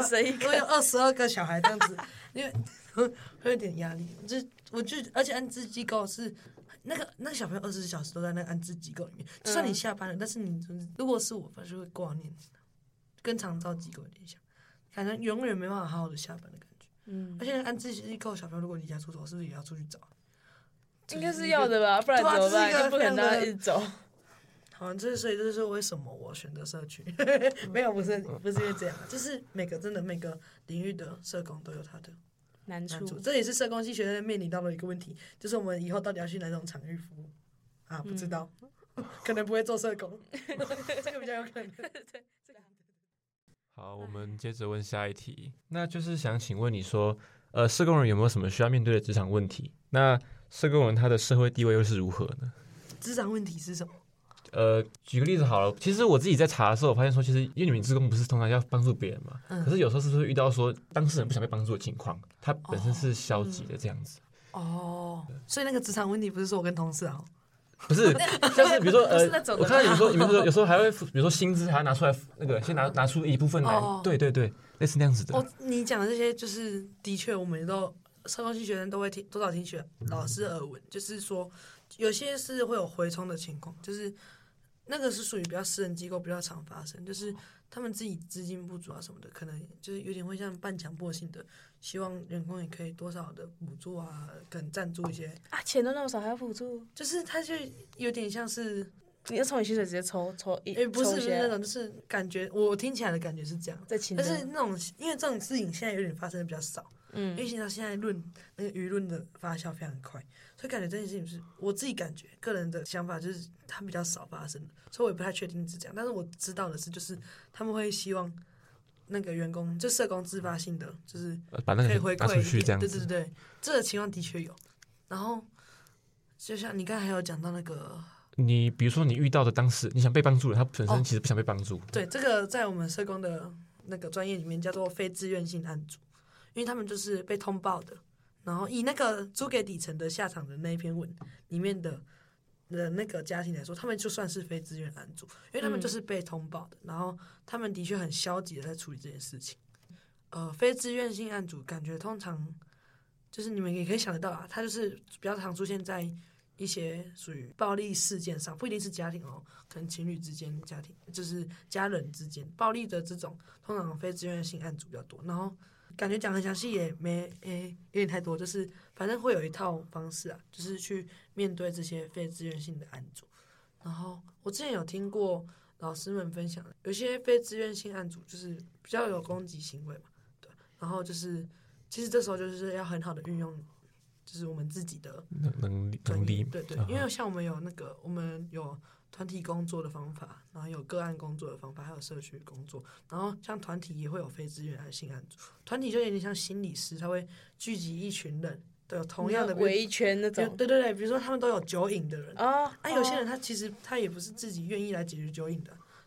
22个小孩这样子，因为会有点压力。而且安置机构是那个小朋友24小时都在那个安置机构里面，就算你下班了，但是你如果是我，就会挂念，跟长照机构有点像。感觉永远没办法好好的下班的感觉，而且安置机构小朋友如果离家出走，是不是也要出去找？ 应该是要的吧，不然怎么办？就不可能让他一直走。 好，所以这就是为什么我选择社区。没有，不是因为这样，就是每个领域的社工都有他的难处。 这也是社工系学生面临到的一个问题，就是我们以后到底要去哪种场域服务啊？不知道，可能不会做社工，这个比较有可能。对。 好，我们接着问下一题，那就是想请问你说，社工人有没有什么需要面对的职场问题？那社工人他的社会地位又是如何呢？ 职场问题是什么？ 举个例子好了，其实我自己在查的时候，我发现说，其实因为你们志工不是通常要帮助别人嘛，可是有时候是不是遇到说当事人不想被帮助的情况，他本身是消极的这样子。 所以那个职场问题不是说我跟同事啊。 不是，像是比如说我看到你们有时候还会，比如说薪资还要拿出来，那个先拿出一部分来，对，类似那样子的。 你讲的这些就是的确，我们都社工系学生都会多少听老师耳闻，就是说有些是会有回冲的情况，就是那个是属于比较私人机构比较常发生，就是他们自己资金不足啊什么的，可能就是有点会像半强迫性的，希望员工也可以多少的补助啊，跟赞助一些啊，钱都那么少还要补助， 就是他就有点像是你要从你薪水直接抽不是那种，就是感觉我听起来的感觉是这样， 但是那种因为这种事情现在有点发生的比较少，因为现在那个舆论的发酵非常快，所以感觉这件事情是我自己感觉个人的想法就是它比较少发生的，所以我也不太确定是这样，但是我知道的是就是他们会希望那个员工就社工自发性的就是把那个可以回馈出去这样子， 对，这个情况的确有。然后就像你刚才还有讲到那个， 你比如说你遇到的当时你想被帮助的，他本身其实不想被帮助。 对，这个在我们社工的那个专业里面叫做非自愿性案主，因为他们就是被通报的。然后以那个租给底层的下场的那一篇文里面的那个家庭来说，他们就算是非自愿案主，因为他们就是被通报的，然后他们的确很消极的在处理这件事情。非自愿性案主感觉通常就是你们也可以想得到啊，他就是比较常出现在一些属于暴力事件上，不一定是家庭哦，可能情侣之间、家庭就是家人之间暴力的这种，通常非自愿性案主比较多。然后感觉讲很详细也有点太多，就是反正会有一套方式啊，就是去面对这些非自愿性的案主。然后我之前有听过老师们分享，有些非自愿性案主就是比较有攻击行为嘛，对，然后就是其实这时候就是要很好的运用，就是我们自己的能力， 对，因为像我们有团体工作的方法，然后有个案工作的方法，还有社区工作，然后像团体也会有非自愿性案主，团体就有点像心理师，他会聚集一群人，都有同样的围一圈那种， 对，比如说他们都有酒瘾的人有些人他其实他也不是自己愿意来解决酒瘾的，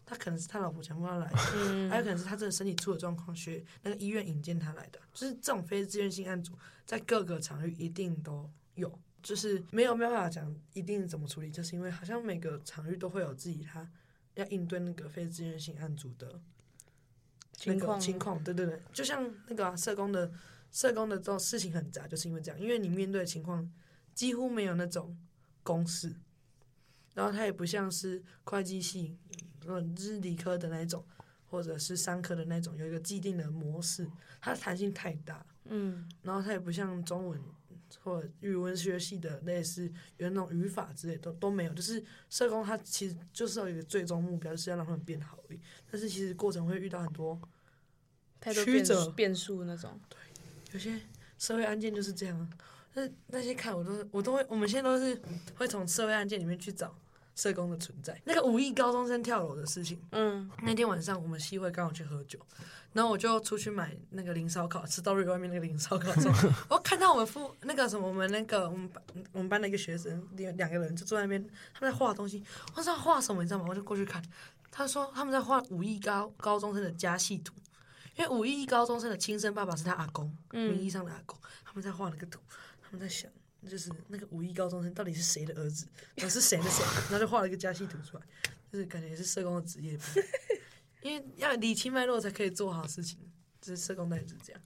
他可能是他老婆强迫他来的，还有可能是他真的身体出了状况，学那个医院引荐他来的。就是这种非自愿性案组，在各个场域一定都有，就是没有办法讲一定怎么处理，就是因为好像每个场域都会有自己他要应对那个非自愿性案组的那个情况，对对对，就像那个社工的这种事情很杂，就是因为这样，因为你面对的情况几乎没有那种公式，然后它也不像是会计系，就是理科的那种，或者是商科的那种，有一个既定的模式，它的弹性太大，然后它也不像中文或者语文学系的类似有那种语法之类的都没有，就是社工它其实就是有一个最终目标，就是要让他们变好而已，但是其实过程会遇到很多曲折变数那种， 对，有些社会案件就是这样，那些看我都会，我们现在都是会从社会案件里面去找社工的存在。那个5亿高中生跳楼的事情，那天晚上我们系会刚好去喝酒，然后我就出去买那个零烧烤，吃到外面那个零烧烤之后，我看到我们班的一个学生2个人就坐在那边，他们在画东西，我不知道画什么，你知道吗？我就过去看，他说他们在画5亿高中生的家系图。因为5亿高中生的亲生爸爸是他阿公，名义上的阿公，他们在画那个图，他们在想，就是那个5亿高中生到底是谁的儿子，然后是谁的谁，然后就画了一个家系图出来，就是感觉也是社工的职业病，因为要理清脉络才可以做好事情，就是社工大概就是这样。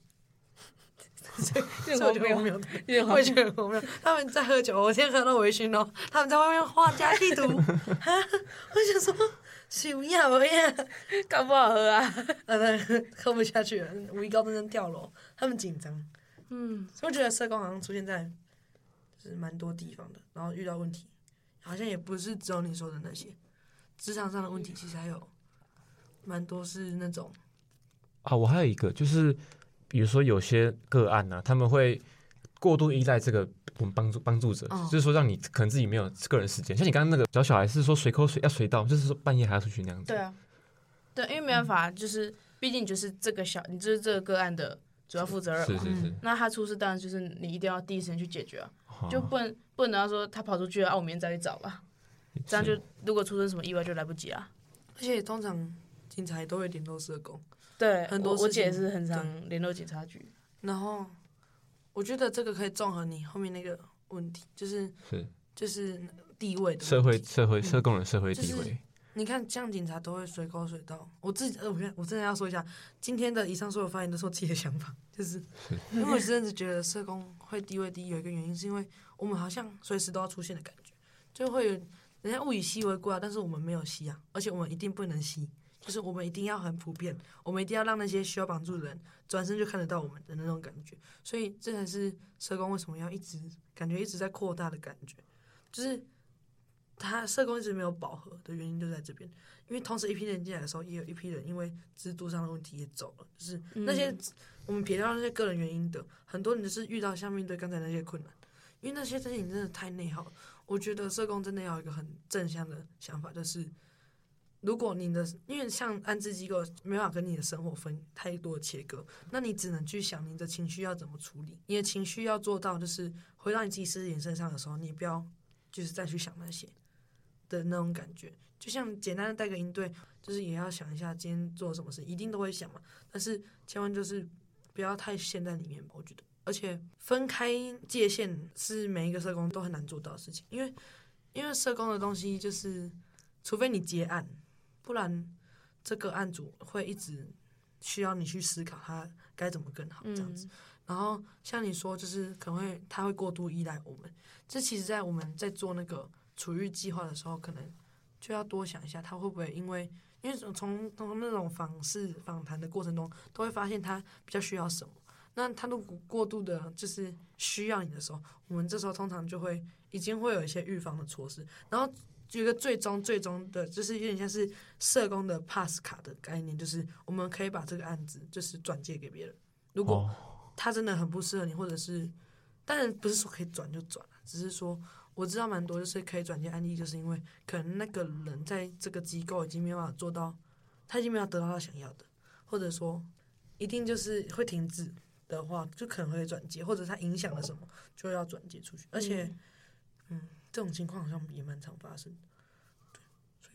有点荒谬， 我也觉得很荒谬。他们在喝酒，我今天喝到微醺哦，他们在外面画家系图，我想说。修呀我呀， 搞不好喝啊！ 喝不下去了，5亿高中生跳楼，他们紧张。所以我觉得社工好像出现在就是蛮多地方的，然后遇到问题，好像也不是只有你说的那些，职场上的问题其实还有蛮多是那种。 我还有一个就是，比如说有些个案啊，他们会过度依赖这个我们帮助者，就是说让你可能自己没有个人时间，像你刚刚那个小孩是说随口要随到，就是说半夜还要出去那样子。 对啊，对，因为没办法，就是毕竟你就是你就是这个个案的主要负责人嘛。 是。 那他出事当然就是你一定要第一时间去解决啊，就不能要说他跑出去了，我明天再去找吧，这样就如果出生什么意外就来不及了。 而且通常警察也都会联络社工， 对， 很多我姐也是很常联络警察局， 然后。我觉得这个可以综合你后面那个问题，就是地位的问题， 社工的社会地位。 就是、你看，像警察都会随口随到。我真的要说一下，今天的以上所有发言都是我自己的想法，就是因为我真的觉得社工会地位低，有一个原因是因为我们好像随时都要出现的感觉，就会有人家物以稀为贵啊，但是我们没有稀啊，而且我们一定不能稀。就是我们一定要很普遍，我们一定要让那些需要帮助的人转身就看得到我们的那种感觉，所以这才是社工为什么要一直在扩大的感觉，就是他社工一直没有饱和的原因就在这边，因为同时一批人进来的时候，也有一批人因为制度上的问题也走了，就是那些我们撇掉那些个人原因的，很多人就是遇到像面对刚才那些困难，因为那些事情真的太内耗了。我觉得社工真的要有一个很正向的想法，就是如果因为像安置机构没办法跟你的生活分太多的切割，那你只能去想你的情绪要怎么处理，你的情绪要做到就是回到你自己自己身上的时候，你不要就是再去想那些的那种感觉。就像简单的带个营队，就是也要想一下今天做什么事，一定都会想嘛，但是千万就是不要太陷在里面吧，我觉得。而且分开界限是每一个社工都很难做到的事情，因为社工的东西就是除非你结案，不然这个案主会一直需要你去思考他该怎么更好这样子。然后像你说，就是可能他会过度依赖我们，这其实在我们在做那个处遇计划的时候，可能就要多想一下，他会不会因为从那种访谈的过程中，都会发现他比较需要什么。那他如果过度的就是需要你的时候，我们这时候通常就会已经会有一些预防的措施，然后有一个最终的，就是有点像是社工的 pass 卡的概念，就是我们可以把这个案子就是转介给别人。如果他真的很不适合你，或者是当然不是说可以转就转，只是说我知道蛮多就是可以转介案例，就是因为可能那个人在这个机构已经没有办法做到，他已经没有得到他想要的，或者说一定就是会停止的话，就可能会转介，或者他影响了什么就要转介出去。而且这种情况好像也蛮常发生的，对，所以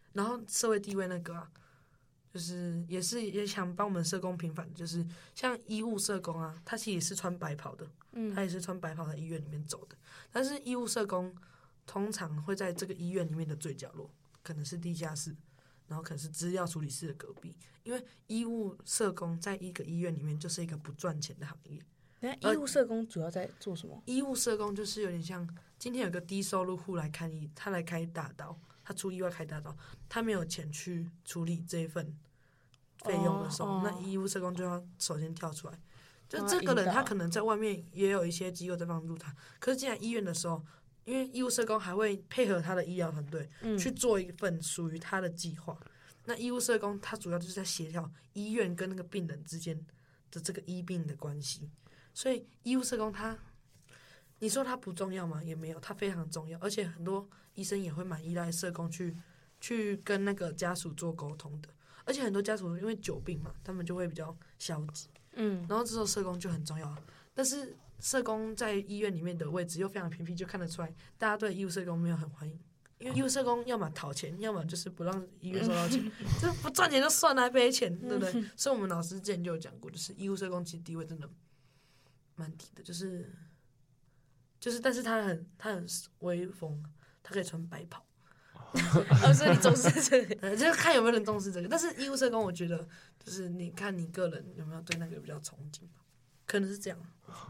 然后社会地位那个啊，就是也想帮我们社工平反，就是像医务社工啊，他其实也是穿白袍的，他也是穿白袍在医院里面走的，但是医务社工通常会在这个医院里面的最角落，可能是地下室，然后可能是资料处理室的隔壁，因为医务社工在一个医院里面就是一个不赚钱的行业。 那医务社工主要在做什么？ 医务社工就是有点像今天有个低收入户来看他来开大刀，他出意外开大刀，他没有钱去处理这一份费用的时候，那医务社工就要首先跳出来。就这个人他可能在外面也有一些机构在帮助他，可是进来医院的时候，因为医务社工还会配合他的医疗团队去做一份属于他的计划。那医务社工他主要就是在协调医院跟那个病人之间的这个医病的关系。所以医务社工你说他不重要吗？也没有，他非常重要，而且很多医生也会蛮依赖社工去跟那个家属做沟通的，而且很多家属因为久病嘛，他们就会比较消极，然后这时候社工就很重要，但是社工在医院里面的位置又非常偏僻，就看得出来大家对医务社工没有很欢迎，因为医务社工要么讨钱，要么就是不让医院收到钱，就不赚钱就算了，还赔钱，对不对？所以我们老师之前就有讲过，就是医务社工其实地位真的蛮低的，就是但是他很威风，他可以穿白袍。 所以你重视这个， 就是看有没有人重视这个。但是医务社工，我觉得就是你看你个人有没有对那个比较憧憬吧，可能是这样。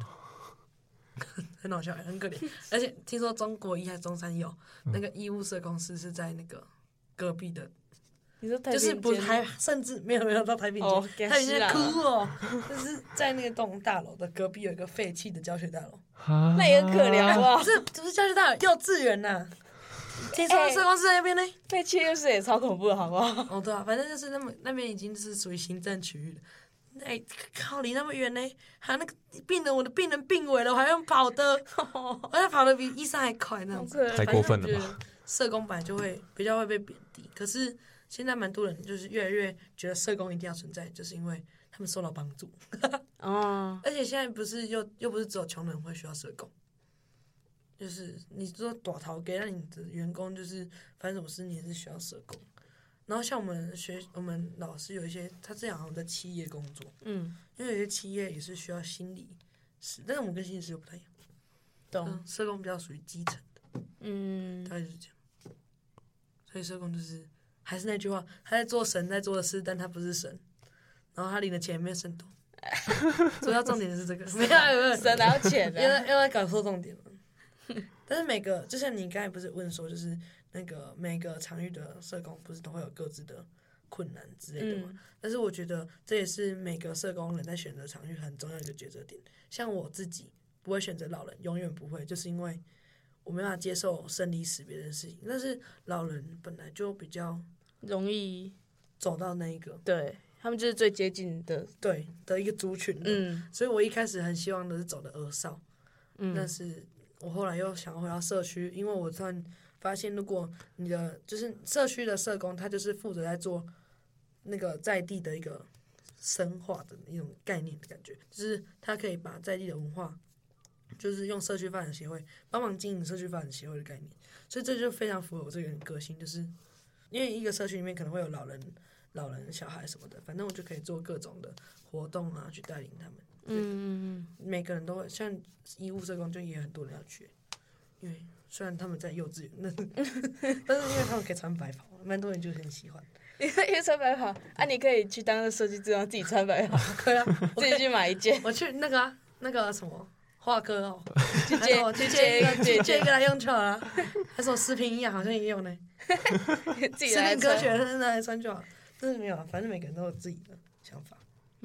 很好笑，很可怜。而且听说中国医还是中山有那个医务社工室是在那个隔壁的。 你说就是不还甚至没有到太平间，太平间哭哦，就是在那个栋大楼的隔壁有一个废弃的教学大楼， 那也很可怜好不好？ 不是教学大楼，幼稚园呐。听说社工室在那边呢， 废弃幼稚园也超恐怖的好不好？ 哦对啊，反正就是那边已经是属于行政区域了。哎，靠，离那么远呢，还有那个我的病人病危了，我还用跑的，我还跑得比医生还快那样子， 太过分了吧？ 社工本来就会比较会被贬低，可是现在蛮多人就是越来越觉得社工一定要存在，就是因为他们受到帮助。而且现在不是又不是只有穷人会需要社工，就是你说大头给让你的员工就是发生什么事你也是需要社工。然后像我们老师有一些他这样好像在企业工作，因为有些企业也是需要心理师，但是我们跟心理师又不太一样， 懂？ 社工比较属于基层的，大概就是这样。所以社工就是还是那句话，他在做神在做的事，但他不是神，然后他领的钱也没有神多，主要重点是这个，没有神哪有钱啊？ 因为搞错重点了。但是每个就像你刚才不是问说，就是那个每个场域的社工不是都会有各自的困难之类的吗？但是我觉得这也是每个社工人在选择场域很重要的一个抉择点。像我自己不会选择老人，永远不会，就是因为我没办法接受生离死别的事情。但是老人本来就比较容易走到那一个， 对他们就是最接近的一个族群的。所以我一开始很希望的是走的儿少，但是我后来又想要回到社区，因为我突然发现，如果你的就是社区的社工，他就是负责在做那个在地的一个深化的一种概念的感觉，就是他可以把在地的文化，就是用社区发展协会帮忙经营社区发展协会的概念，所以这就非常符合我这个人个性，就是因为一个社区里面可能会有老人、小孩什么的，反正我就可以做各种的活动啊，去带领他们。每个人都会，像医务社工就也很多人要去，因为虽然他们在幼稚园，但是因为他们可以穿白袍，蛮多人就很喜欢。 因为穿白袍啊，你可以去当个设计师，自己穿白袍， 可以啊， 自己去买一件。 我去那个什么画科哦， 去借一个来用就好了。还是我食品营养好像也有呢， 自己来食品科学拿来穿就好，但是没有啊，反正每个人都有自己的想法。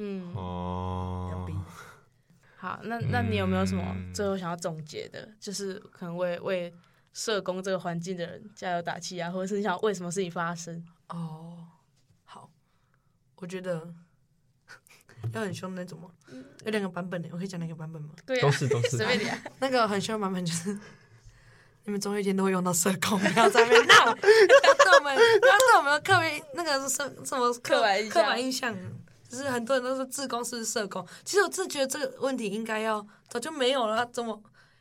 好，那你有没有什么最后想要总结的？就是可能为社工这个环境的人加油打气啊，或者是你想为什么事情发生？ 好，我觉得要很凶的那种吗？有2个版本呢，我可以讲2个版本吗？ 对啊， 都是随便你啊。 那个很凶的版本就是你们总有一天都会用到社工，不要在那边闹，不要对我们刻别那个什么刻板印象。就是很多人都说志工是社工，其实我自觉得这个问题应该要早就没有了，怎么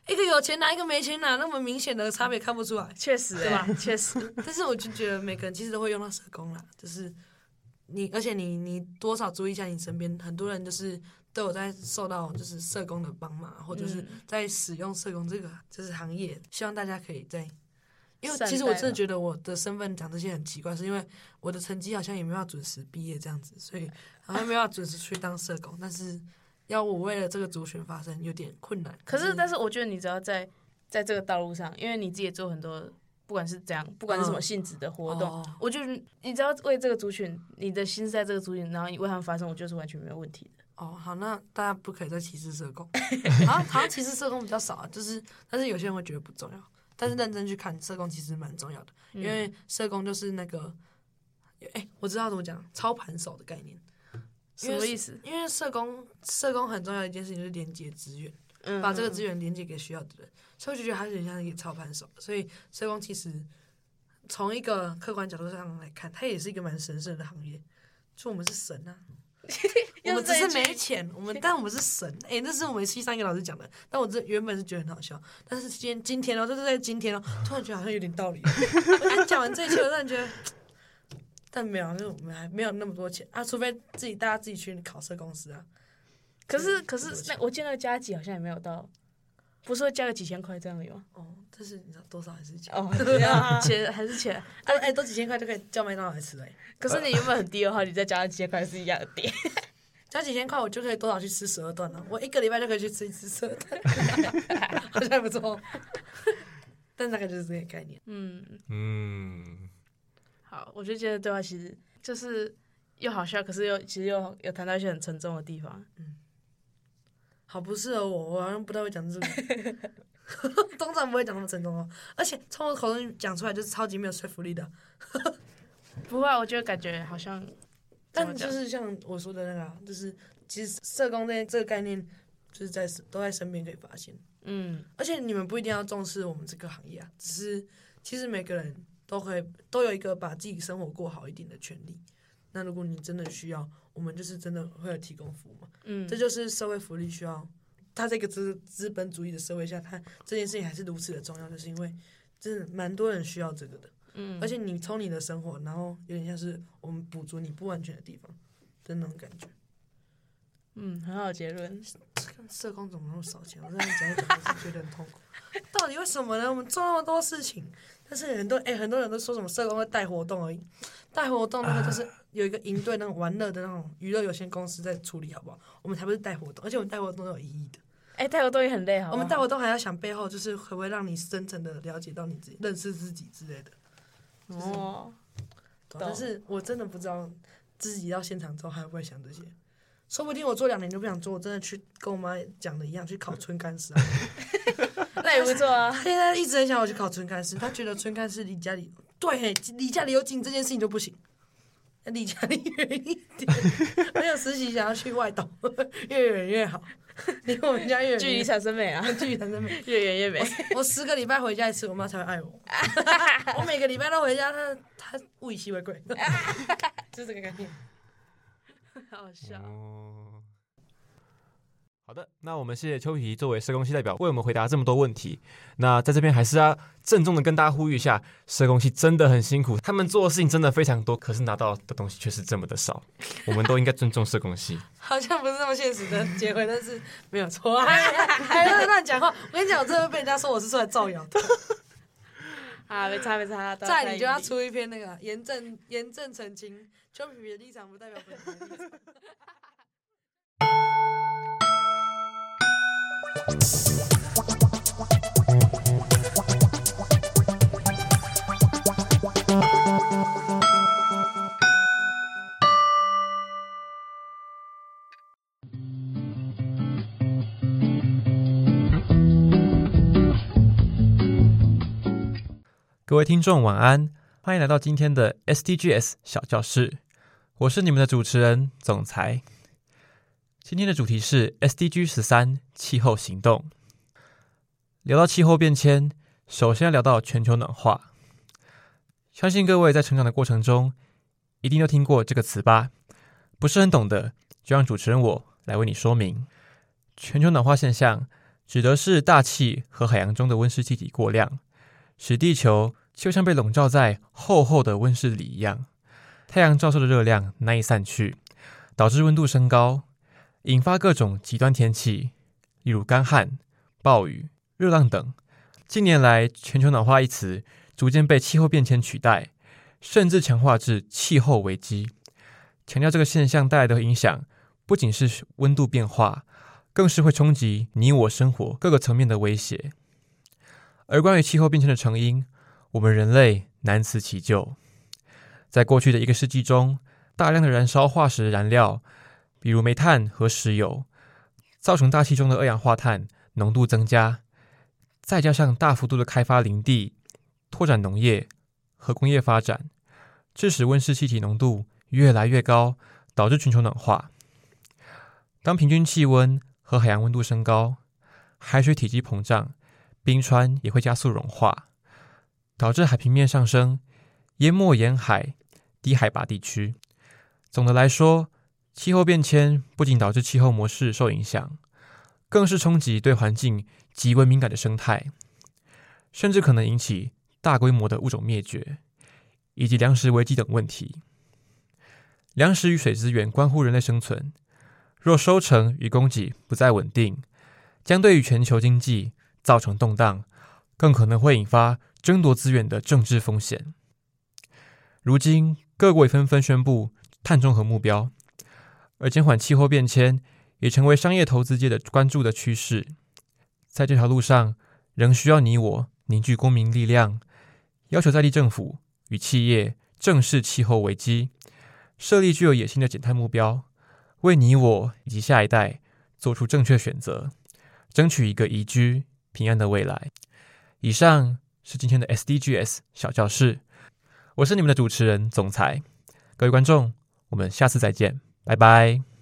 一个有钱拿，一个没钱拿，那么明显的差别看不出来， 确实，对吧？确实。 但是我就觉得每个人其实都会用到社工啦，就是而且你多少注意一下你身边很多人就是都有在受到就是社工的帮忙，或者是在使用社工这个就是行业，希望大家可以在。因为其实我真的觉得我的身份讲这些很奇怪，是因为我的成绩好像也没办法准时毕业这样子，所以好像没办法准时去当社工，但是要我为了这个族群发声有点困难。 但是我觉得你只要在这个道路上，因为你自己也做很多，不管是怎样，不管是什么性质的活动，我觉得你只要为这个族群，你的心是在这个族群，然后你为他们发声，我觉得是完全没有问题的。 好，那大家不可以再歧视社工，好像歧视社工比较少啊，但是有些人会觉得不重要。但是认真去看，社工其实蛮重要的，因为社工就是那个，我知道怎么讲，操盘手的概念。 什么意思？ 因为社工很重要的一件事情就是连接资源，把这个资源连接给需要的人，所以我就觉得他有点像一个操盘手。所以社工其实从一个客观角度上来看，它也是一个蛮神圣的行业。就我们是神啊。我们只是没钱，但我们是神。那是我们系上一个老师讲的，但我原本是觉得很好笑，但是今天哦，就是在今天哦，突然觉得好像有点道理。我讲完这一切，我突然觉得，但没有，因为我们还没有那么多钱啊，除非大家自己去考社公司啊。 可是我见那个加级好像也没有到，不是说加个几千块这样而已吗？ 但是你知道多少还是钱？ 钱还是钱。 多几千块就可以叫麦当劳来吃了。 可是你原本很低的话，你再加几千块是一样的低。 加几千块，我就可以多少去吃12顿了。我1个礼拜就可以去吃1次12顿，好像还不错。但大概就是这个概念。 好，我就觉得对话其实就是又好笑，可是其实又有谈到一些很沉重的地方。 好不适合我好像不太会讲这个。通常不会讲那么沉重哦，而且从我口中讲出来就是超级没有说服力的。 不会，我觉得感觉好像。 但就是像我说的那个，就是其实社工这个概念，就是都在身边可以发现。而且你们不一定要重视我们这个行业啊，只是其实每个人都有一个把自己生活过好一点的权利。那如果你真的需要，我们就是真的会有提供服务嘛。这就是社会福利需要。它这个资本主义的社会下，它这件事情还是如此的重要，就是因为真的蛮多人需要这个的。而且你从你的生活，然后有点像是我们补足你不完全的地方的那种感觉。 很好的结论。 社工怎么那么少钱？我真的讲一讲，我是觉得很痛苦。到底为什么呢？我们做那么多事情，但是很多人都说什么社工会带活动而已，带活动那个就是有一个营队那种玩乐的那种娱乐有限公司在处理，好不好？我们才不是带活动，而且我们带活动都有意义的。 带活动也很累，好不好？ 我们带活动还要想背后，就是会不会让你深层的了解到你自己、认识自己之类的。但是我真的不知道自己到现场之后还会不会想这些，说不定我做2年就不想做，我真的去跟我妈讲的一样去考村干师啊。 那也不错啊。 他现在一直很想我去考村干师，他觉得村干师离家里有近这件事情就不行，离家里远一点。还有实习想要去外岛，越远越好。离我们家越远， 距离产生美啊！ 距离产生美， 越远越美。我 10个礼拜回家一次，我妈才会爱我。我每个礼拜都回家，她物以稀为贵，就是这个概念。 好笑。 好的，那我们谢谢邱皮作为社工系代表为我们回答这么多问题。那在这边还是要郑重的跟大家呼吁一下，社工系真的很辛苦，他们做的事情真的非常多，可是拿到的东西却是这么的少。我们都应该尊重社工系。 好像不是这么现实的结尾，但是没有错。还在乱讲话，我跟你讲，我真的被人家说我是出来造谣的。 没差。 再来你就要出一篇那个严正澄清，邱皮皮的立场不代表本台立场。 各位听众晚安，欢迎来到今天的 SDGs 小教室，我是你们的主持人总裁。今天的主题是 SDG 13气候行动。聊到气候变迁，首先要聊到全球暖化。相信各位在成长的过程中，一定都听过这个词吧？不是很懂的，就让主持人我来为你说明。全球暖化现象指的是大气和海洋中的温室气体过量，使地球就像被笼罩在厚厚的温室里一样，太阳照射的热量难以散去，导致温度升高，引发各种极端天气，例如干旱、暴雨、热浪等。近年来，全球暖化一词逐渐被气候变迁取代，甚至强化至气候危机。强调这个现象带来的影响，不仅是温度变化，更是会冲击你我生活各个层面的威胁。而关于气候变迁的成因，我们人类难辞其咎。在过去的1个世纪中，大量的燃烧化石燃料，比如煤炭和石油，造成大气中的二氧化碳浓度增加，再加上大幅度的开发林地、拓展农业和工业发展，致使温室气体浓度越来越高，导致全球暖化。当平均气温和海洋温度升高，海水体积膨胀，冰川也会加速融化，导致海平面上升，淹没沿海、低海拔地区。总的来说，气候变迁不仅导致气候模式受影响，更是冲击对环境极为敏感的生态，甚至可能引起大规模的物种灭绝，以及粮食危机等问题。粮食与水资源关乎人类生存，若收成与供给不再稳定，将对于全球经济造成动荡，更可能会引发争夺资源的政治风险。如今，各国也纷纷宣布碳中和目标，而减缓气候变迁也成为商业投资界的关注的趋势。在这条路上，仍需要你我凝聚公民力量，要求在地政府与企业正视气候危机，设立具有野心的减碳目标，为你我以及下一代做出正确选择，争取一个宜居、平安的未来。以上是今天的 SDGs 小教室，我是你们的主持人总裁。各位观众，我们下次再见，拜拜。